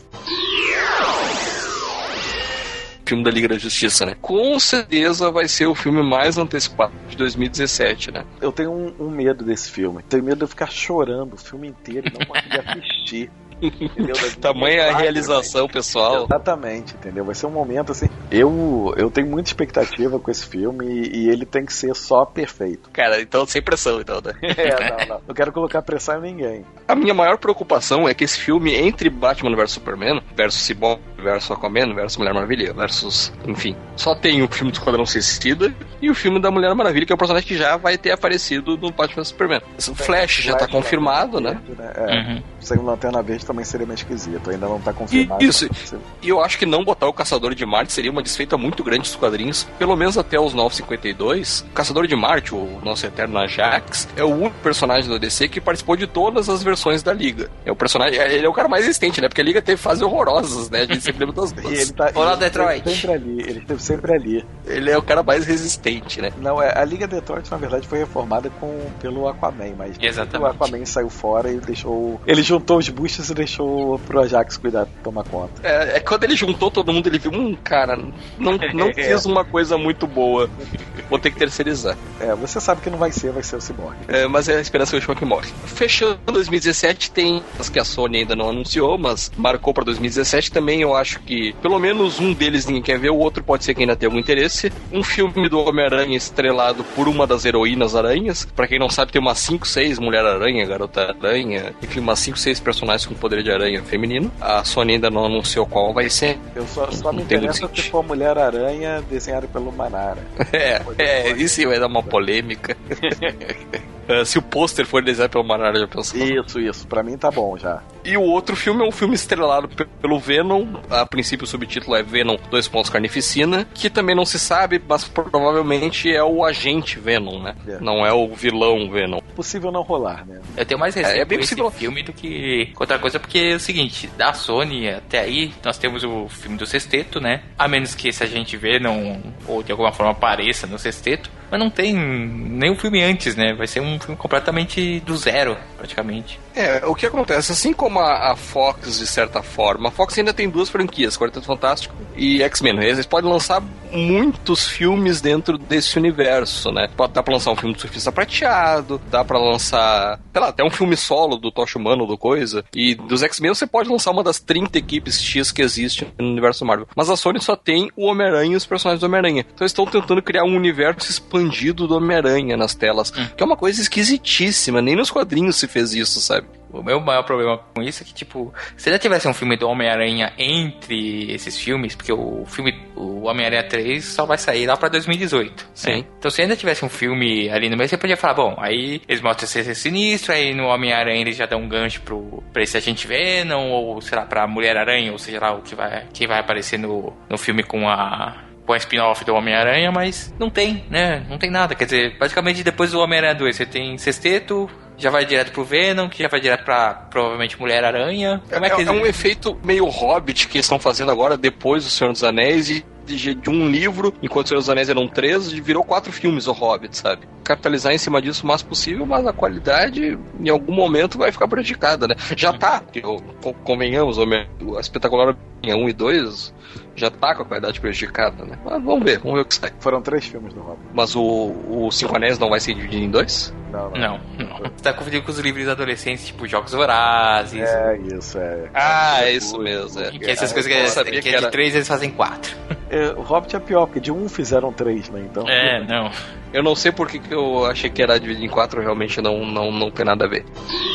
Filme da Liga da Justiça, né? Com certeza vai ser o filme mais antecipado de dois mil e dezessete, né? Eu tenho um, um medo desse filme. Tenho medo de eu ficar chorando o filme inteiro e não conseguir assistir. Tamanha a realização, pessoal. Exatamente, entendeu? Vai ser um momento assim. Eu, eu tenho muita expectativa com esse filme e, e ele tem que ser só perfeito. Cara, então sem pressão, então, né? É, não, não. Não quero colocar pressão em ninguém. A minha maior preocupação é que esse filme, entre Batman versus Superman, versus Cyborg, versus Aquaman, versus Mulher Maravilha, versus, enfim, só tem o filme do Esquadrão Suicida e o filme da Mulher Maravilha, que é o personagem que já vai ter aparecido no Batman versus Superman. O Flash já tá confirmado, né? né? É, uhum. Sem Lanterna Verde também seria meio esquisito, ainda não tá confirmado. Isso, e eu acho que não botar o Caçador de Marte seria uma desfeita muito grande dos quadrinhos, pelo menos até os novecentos e cinquenta e dois. O Caçador de Marte, o nosso eterno Ajax, é o único personagem do D C que participou de todas as versões da Liga. É o personagem, ele é o cara mais resistente, né? Porque a Liga teve fases horrorosas, né? A gente sempre lembra das duas. E ele tá, Olá, ele Detroit. Sempre ali, ele esteve sempre ali. Ele é o cara mais resistente, né? Não, é, a Liga Detroit, na verdade, foi reformada com, pelo Aquaman, mas exatamente. O Aquaman saiu fora e deixou... Ele juntou os boosters e deixou pro Ajax cuidar, tomar conta. É, é quando ele juntou todo mundo, ele viu, hum, cara, não, não fiz uma coisa muito boa. Vou ter que terceirizar. É, você sabe que não vai ser, vai ser o Cyborg. É, mas é a esperança última que morre. Fechando dois mil e dezessete, tem as que a Sony ainda não anunciou, mas marcou pra dois mil e dezessete também. Eu acho que pelo menos um deles ninguém quer ver, o outro pode ser que ainda tenha algum interesse. Um filme do Homem-Aranha estrelado por uma das heroínas aranhas. Pra quem não sabe, tem umas cinco, seis Mulher-Aranha, Garota-Aranha, enfim, umas cinco, seis personagens com poder de aranha feminino. A Sony ainda não anunciou qual vai ser. Eu só, só me interessa se for Mulher-Aranha desenhada pelo Manara. É, é, isso vai dar uma polêmica. Uh, se o pôster for desenhado pelo Manara, já pensou? Isso, isso. Pra mim tá bom já. E o outro filme é um filme estrelado pelo Venom. A princípio o subtítulo é Venom, dois pontos Carnificina, que também não se sabe, mas provavelmente é o agente Venom, né? É. Não é o vilão Venom. Possível não rolar, né? Eu tenho mais receio é, é bem com esse possível. filme do que outra coisa, porque é o seguinte, da Sony até aí, nós temos o filme do Sexteto, né? A menos que esse agente Venom ou de alguma forma apareça no Sexteto, mas não tem nenhum filme antes, né? Vai ser um filme completamente do zero, praticamente. É, o que acontece, assim como a, a Fox, de certa forma, a Fox ainda tem duas franquias, Quarteto Fantástico e X-Men. Eles podem lançar muitos filmes dentro desse universo, né? Dá pra lançar um filme do Surfista Prateado, dá pra lançar, sei lá, até um filme solo do Tocha Humano, do coisa, e dos X-Men você pode lançar uma das trinta equipes X que existem no universo Marvel. Mas a Sony só tem o Homem-Aranha e os personagens do Homem-Aranha. Então eles estão tentando criar um universo expandido do Homem-Aranha nas telas, hum. que é uma coisa esquisitíssima, nem nos quadrinhos se fez isso, sabe? O meu maior problema com isso é que, tipo, se ainda tivesse um filme do Homem-Aranha entre esses filmes, porque o filme, o Homem-Aranha três só vai sair lá pra dois mil e dezoito. Sim. Né? Então se ainda tivesse um filme ali no meio, você podia falar, bom, aí eles mostram esse Sinistro, aí no Homem-Aranha eles já dão um gancho pro, pra esse Agente Venom, ou, sei lá, pra Mulher-Aranha, ou seja lá, o que vai, que vai aparecer no, no filme com a... com a spin-off do Homem-Aranha, mas não tem, né? Não tem nada. Quer dizer, praticamente depois do Homem-Aranha dois, você tem Sexteto, já vai direto pro Venom, que já vai direto pra, provavelmente, Mulher-Aranha. Como é, é que... é um efeito meio Hobbit que eles estão fazendo agora, depois do Senhor dos Anéis, e de, de um livro, enquanto o Senhor dos Anéis eram três, virou quatro filmes o Hobbit, sabe? Capitalizar em cima disso o mais possível, mas a qualidade, em algum momento, vai ficar prejudicada, né? Já tá, porque, convenhamos, a Espetacular um e dois... já tá com a qualidade prejudicada, né? Mas vamos ver, vamos ver o que sai. Foram três filmes do Hobbit. Mas o, o Cinco Anéis não vai ser dividido em dois? Não, não. não, não. Você tá confundindo com os livros adolescentes, tipo Jogos Vorazes. É, isso, é. Ah, é isso mesmo. É. Que essas é, coisas que, é, que, que é de três, eles fazem quatro. É, o Hobbit é pior, porque de um fizeram três, né? Então. É, não. Eu não sei porque que eu achei que era dividido em quatro, realmente não, não, não tem nada a ver.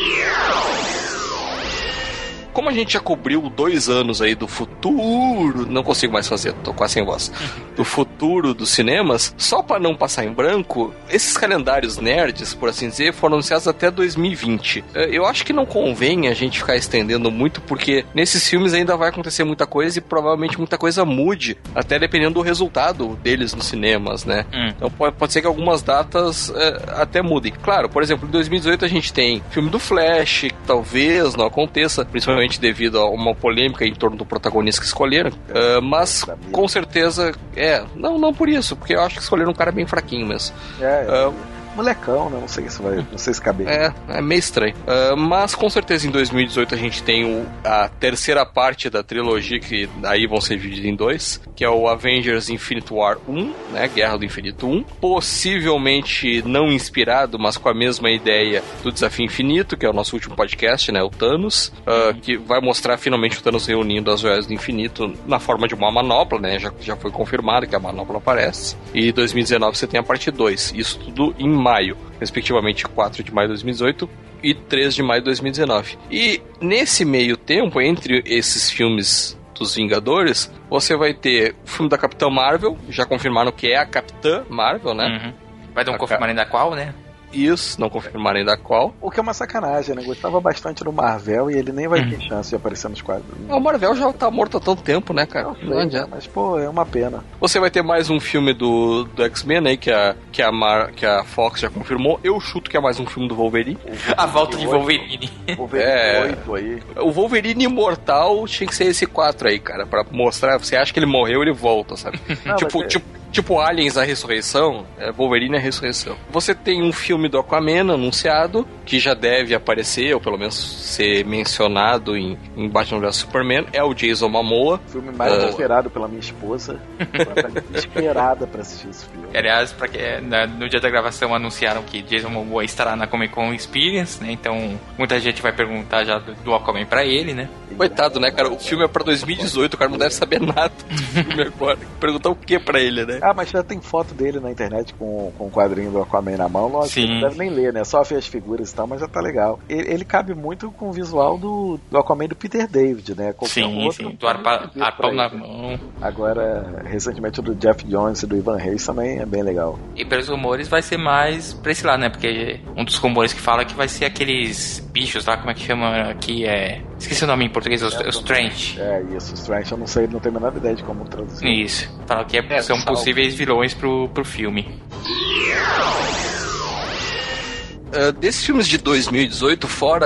Como a gente já cobriu dois anos aí do futuro, não consigo mais fazer, tô quase sem voz, do futuro dos cinemas, só pra não passar em branco, esses calendários nerds, por assim dizer, foram anunciados até dois mil e vinte. Eu acho que não convém a gente ficar estendendo muito, porque nesses filmes ainda vai acontecer muita coisa e provavelmente muita coisa mude, até dependendo do resultado deles nos cinemas, né? Hum. Então pode, pode ser que algumas datas é, até mudem. Claro, por exemplo, em dois mil e dezoito a gente tem filme do Flash, que talvez não aconteça, principalmente devido a uma polêmica em torno do protagonista que escolheram, uh, mas com certeza, é, não, não por isso, porque eu acho que escolheram um cara bem fraquinho mesmo. É, é. Uh, molecão, né? Não sei se vai, não sei se cabe. É, é meio estranho. Uh, mas com certeza em dois mil e dezoito a gente tem o, a terceira parte da trilogia, que aí vão ser divididos em dois, que é o Avengers Infinite War um, né? Guerra do Infinito um. Possivelmente não inspirado, mas com a mesma ideia do Desafio Infinito, que é o nosso último podcast, né? O Thanos, uh, que vai mostrar finalmente o Thanos reunindo as joias do infinito na forma de uma manopla, né? Já, já foi confirmado que a manopla aparece. E em dois mil e dezenove você tem a parte dois. Isso tudo em maio, respectivamente quatro de maio de dois mil e dezoito e três de maio de dois mil e dezenove. E nesse meio tempo, entre esses filmes dos Vingadores, você vai ter o filme da Capitã Marvel, já confirmaram que é a Capitã Marvel, né? Uhum. Vai dar um confirmar ainda qual, né? Isso, não confirmaram ainda qual. O que é uma sacanagem, né? Gostava bastante do Marvel e ele nem vai ter chance de aparecer nos quadros. O Marvel já tá morto há tanto tempo, né, cara? Não, sei, não adianta. Mas, pô, é uma pena. Você vai ter mais um filme do, do X-Men aí, que a, que, a Mar, que a Fox já confirmou. Eu chuto que é mais um filme do Wolverine. A volta de Wolverine. Wolverine é, oito aí. O Wolverine imortal tinha que ser esse quatro aí, cara, pra mostrar. Você acha que ele morreu, ele volta, sabe? Não, tipo, tipo... Tipo Aliens, a Ressurreição, é Wolverine, a Ressurreição. Você tem um filme do Aquaman anunciado, que já deve aparecer, ou pelo menos ser mencionado em, em Batman versus Superman, é o Jason Momoa. O filme mais uh... esperado pela minha esposa. Ela tá desesperada pra assistir esse filme. Aliás, pra que, na, no dia da gravação anunciaram que Jason Momoa estará na Comic Con Experience, né? Então muita gente vai perguntar já do, do Aquaman pra ele, né? Coitado, né, cara? O filme é pra dois mil e dezoito, o cara não deve saber nada do filme agora. Perguntar o que pra ele, né? Ah, mas já tem foto dele na internet com, com o quadrinho do Aquaman na mão. Lógico, Sim. Não deve nem ler, né? Só ver as figuras e tal, mas já tá legal. Ele, ele cabe muito com o visual do, do Aquaman do Peter David, né? Qualquer sim, outro, sim. Do arpa, arpão na mão. Agora, recentemente o do Jeff Jones e do Ivan Reis também é bem legal. E pelos rumores vai ser mais pra esse lado, né? Porque um dos rumores que fala que vai ser aqueles bichos lá, como é que chama aqui? É... Esqueci o nome em português, os, é, os Strange. É, isso, os Strange, eu não sei, não tenho a menor ideia de como traduzir. Isso, fala que é, é, são possíveis vilões pro, pro filme. Uh, desses filmes de dois mil e dezoito, fora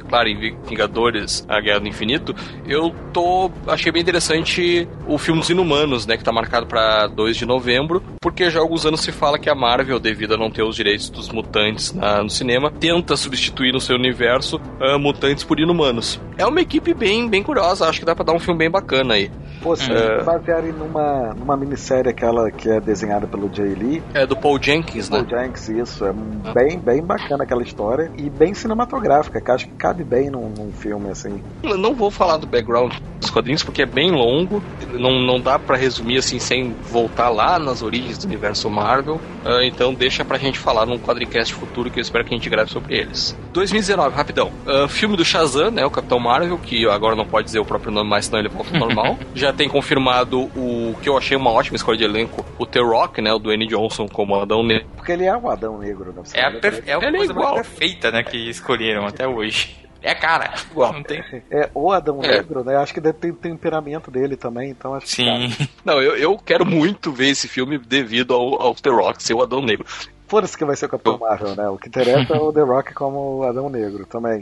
claro, em Vingadores, a Guerra do Infinito, eu tô achei bem interessante o filme dos Inumanos, né, que tá marcado pra dois de novembro, porque já há alguns anos se fala que a Marvel, devido a não ter os direitos dos mutantes na, no cinema, tenta substituir no seu universo uh, mutantes por Inumanos. É uma equipe bem, bem curiosa, acho que dá pra dar um filme bem bacana aí. Pô, se É. basearem numa, numa minissérie aquela que é desenhada pelo Jay Lee, É do Paul Jenkins, né? Paul Jenkins, isso, é bem, bem bacana aquela história e bem cinematográfica, que acho que cabe bem num, num filme assim. Eu não vou falar do background dos quadrinhos porque é bem longo, não, não dá pra resumir assim sem voltar lá nas origens do universo Marvel, uh, então deixa pra gente falar num quadrincast futuro que eu espero que a gente grave sobre eles. dois mil e dezenove, rapidão. Uh, filme do Shazam, né, o Capitão Marvel, que agora não pode dizer o próprio nome mais, senão ele volta ao normal. Já tem confirmado o que eu achei uma ótima escolha de elenco, o The Rock, né, o Dwayne Johnson como Adão Negro. Porque ele é o Adão Negro, né? É a, perfe- é a Ele é coisa igual. mais perfeita, né, que escolheram até hoje. É a cara. Igual. Não tem... É o Adão É. Negro, né? Acho que deve ter o temperamento dele também, então acho que Sim. Não, eu, eu quero muito ver esse filme devido ao, ao The Rock ser o Adão Negro. foda-se que vai ser o Capitão Marvel, né? O que interessa é o The Rock como o Adão Negro também.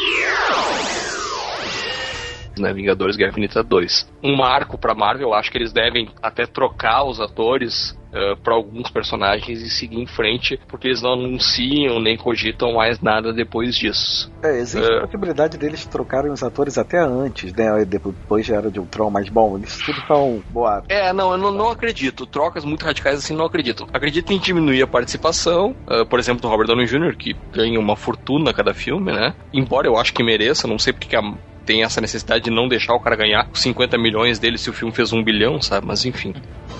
Né, Vingadores Guerra Infinita dois. Um marco pra Marvel, eu acho que eles devem até trocar os atores uh, pra alguns personagens e seguir em frente, porque eles não anunciam nem cogitam mais nada depois disso. É, existe É. a possibilidade deles trocarem os atores até antes, né? Depois já era de Ultron, mas bom, isso tudo são boatos. É, não, eu não, não acredito. Trocas muito radicais assim, não acredito. Acredito em diminuir a participação, uh, por exemplo, do Robert Downey Júnior, que ganha uma fortuna a cada filme, né? Embora eu acho que mereça, não sei porque que a tem essa necessidade de não deixar o cara ganhar os cinquenta milhões dele se o filme fez um bilhão, sabe? Mas enfim.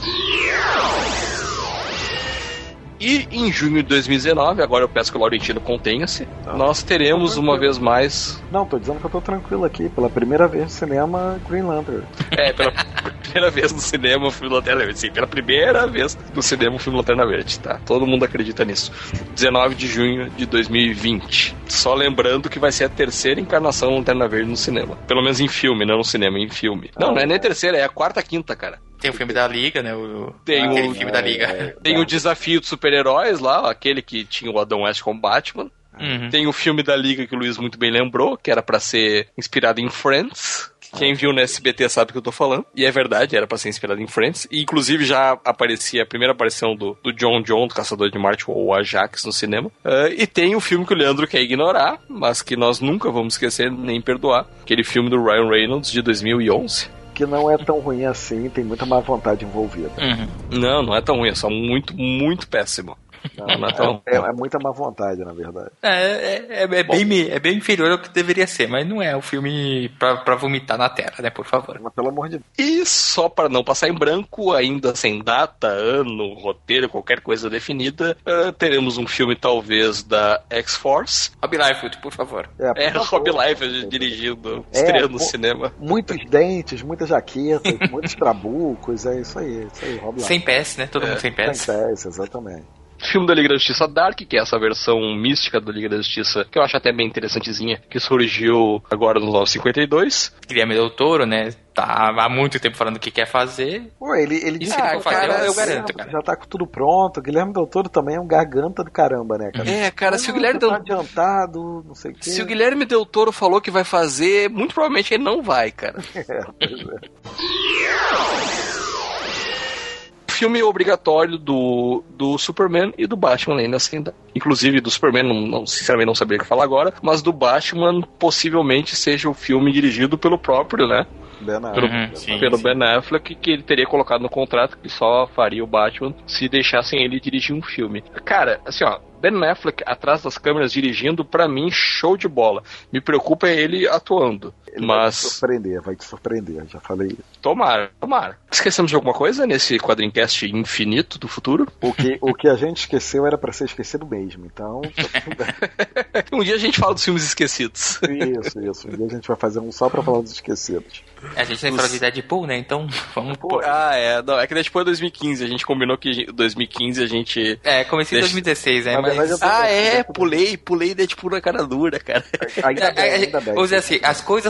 E em junho de dois mil e dezenove, agora eu peço que o Laurentino contenha-se, nós teremos uma vez mais... Não, tô dizendo que eu tô tranquilo aqui. Pela primeira vez no cinema, Green Lantern. É, pela primeira vez no cinema o filme Lanterna Verde. Sim, pela primeira vez no cinema o filme Lanterna Verde, tá? Todo mundo acredita nisso. dezenove de junho de dois mil e vinte. Só lembrando que vai ser a terceira encarnação Lanterna Verde no cinema. Pelo menos em filme, não no cinema, em filme. Não, não é nem a terceira, é a quarta, quinta, cara. Tem o filme da Liga, né? O... Tem aquele o- filme da Liga. Tem o desafio dos super-heróis lá, aquele que tinha o Adão West como Batman. Uhum. Tem o filme da Liga que o Luiz muito bem lembrou, que era pra ser inspirado em Friends. Quem viu no S B T sabe o que eu tô falando. E é verdade, era pra ser inspirado em Friends. E inclusive já aparecia a primeira aparição do, do John John, do Caçador de Marte, ou Ajax, no cinema. Ah, e tem o filme que o Leandro quer ignorar, mas que nós nunca vamos esquecer nem perdoar. Aquele filme do Ryan Reynolds, de dois mil e onze. Que não é tão ruim assim, tem muita má vontade envolvida. Uhum. Não, não é tão ruim, é só muito, muito péssimo. Não, Não é tão... é, é muita má vontade, na verdade. É, é, é, é bem, me- é bem inferior ao que deveria ser, mas não é um filme pra, pra vomitar na tela, né? Por favor. Mas pelo amor de Deus. E só para não passar em branco, ainda sem data, ano, roteiro, qualquer coisa definida, ah, teremos um filme talvez da X-Force. Rob Liefeld, por favor. É, É, por Rob favor. Liefeld dirigindo, É, estreando no pô, cinema. Muitos dentes, muitas jaquetas, muitos trabucos, é isso aí, é isso aí, Rob Sem pés, né? Todo mundo sem pés. Sem pés, exatamente. Filme da Liga da Justiça Dark, que é essa versão mística da Liga da Justiça, que eu acho até bem interessantezinha, que surgiu agora nos novos cinquenta e dois. Guilherme Del Toro, né? Tá há muito tempo falando o que quer fazer. Pô, ele, ele E disse se ele que for fazer, cara, eu já- garanto, cara. já tá com tudo pronto. Guilherme Del Toro também é um garganta do caramba, né, cara? É, cara, se o Ah, Guilherme tá Del... adiantado, não sei o quê. Se o Guilherme Del Toro falou que vai fazer, muito provavelmente ele não vai, cara. É, pois é. Filme obrigatório do, do Superman e do Batman ainda assim. Inclusive do Superman, não, não, sinceramente não sabia o que falar agora, mas do Batman possivelmente seja o filme dirigido pelo próprio, né? Ben Affleck. Pelo, Uhum, sim, pelo sim. Ben Affleck, que ele teria colocado no contrato que só faria o Batman se deixassem ele dirigir um filme. Cara, assim ó, Ben Affleck atrás das câmeras dirigindo, pra mim, show de bola. Me preocupa é ele atuando. Ele vai te Mas, surpreender, vai te surpreender, já falei isso. tomara, tomara. Esquecemos de alguma coisa nesse quadrincast infinito do futuro? O que, o que a gente esqueceu era pra ser esquecido mesmo, então... Um dia a gente fala dos filmes esquecidos. Isso, isso. Um dia a gente vai fazer um só pra falar dos esquecidos. A gente nem falou de Deadpool, né? Então, vamos... Pô, ah, é. Não, é que depois de dois mil e quinze. A gente combinou que em dois mil e quinze a gente... É, comecei em Deixa- dois mil e dezesseis, né? Na Mas... verdade, eu tô- Ah, é. Pulei, pulei Deadpool na cara dura, cara. Ainda bem, É, é, ainda bem. Vamos dizer assim, as coisas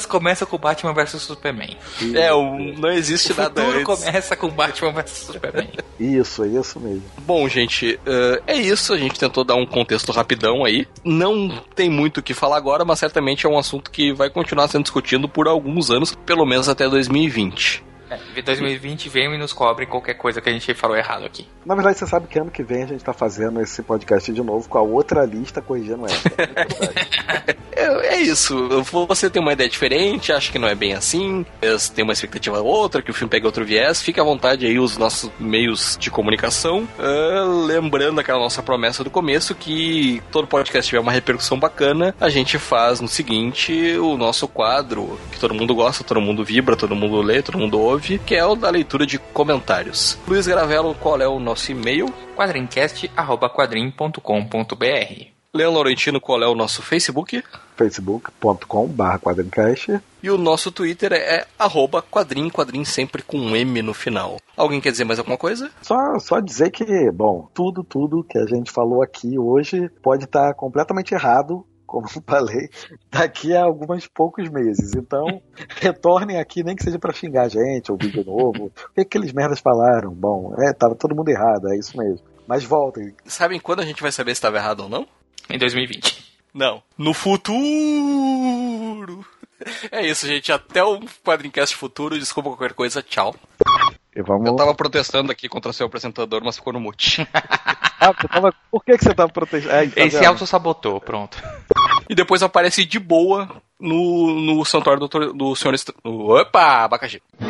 começam com Batman versus Superman. É, o, não existe o nada futuro antes. começa com Batman versus Superman. Isso, é isso mesmo. Bom, gente, uh, é isso. A gente tentou dar um contexto rapidão aí. Não tem muito o que falar agora, mas certamente é um assunto que vai continuar sendo discutido por alguns anos, pelo menos até dois mil e vinte. É, dois mil e vinte vem e nos cobre qualquer coisa que a gente falou errado aqui. Na verdade, você sabe que ano que vem a gente tá fazendo esse podcast de novo com a outra lista corrigindo essa. é, é isso. Você tem uma ideia diferente, acha que não é bem assim, tem uma expectativa outra, que o filme pega outro viés, fique à vontade aí os nossos meios de comunicação. Uh, lembrando aquela nossa promessa do começo, que todo podcast tiver uma repercussão bacana, a gente faz no seguinte, o nosso quadro, que todo mundo gosta, todo mundo vibra, todo mundo lê, todo mundo ouve, que é o da leitura de comentários. Luiz Garavello, qual é o nosso e-mail? quadrincast arroba quadrim ponto com ponto b r. Leon Laurentino, qual é o nosso Facebook? facebook ponto com barra quadrincast. E o nosso Twitter é arroba quadrim, quadrim sempre com um M no final. Alguém quer dizer mais alguma coisa? Só, só dizer que, bom, tudo, tudo que a gente falou aqui hoje pode estar completamente errado, como eu falei, daqui a alguns poucos meses. Então, retornem aqui, nem que seja pra xingar a gente, ou vídeo novo. O que aqueles merdas falaram? Bom, é, tava todo mundo errado, é isso mesmo. Mas voltem. Sabem quando a gente vai saber se estava errado ou não? Em dois mil e vinte. Não. No futuro! É isso, gente. Até o Quadrincast futuro. Desculpa qualquer coisa. Tchau. E vamos... Eu tava protestando aqui contra seu apresentador, mas ficou no mute. Ah, você tava... Por que, que você tava protestando? Ah, tá Ele se auto-sabotou, pronto. E depois aparece de boa no, no santuário do, do senhor... Est... Opa, abacaxi.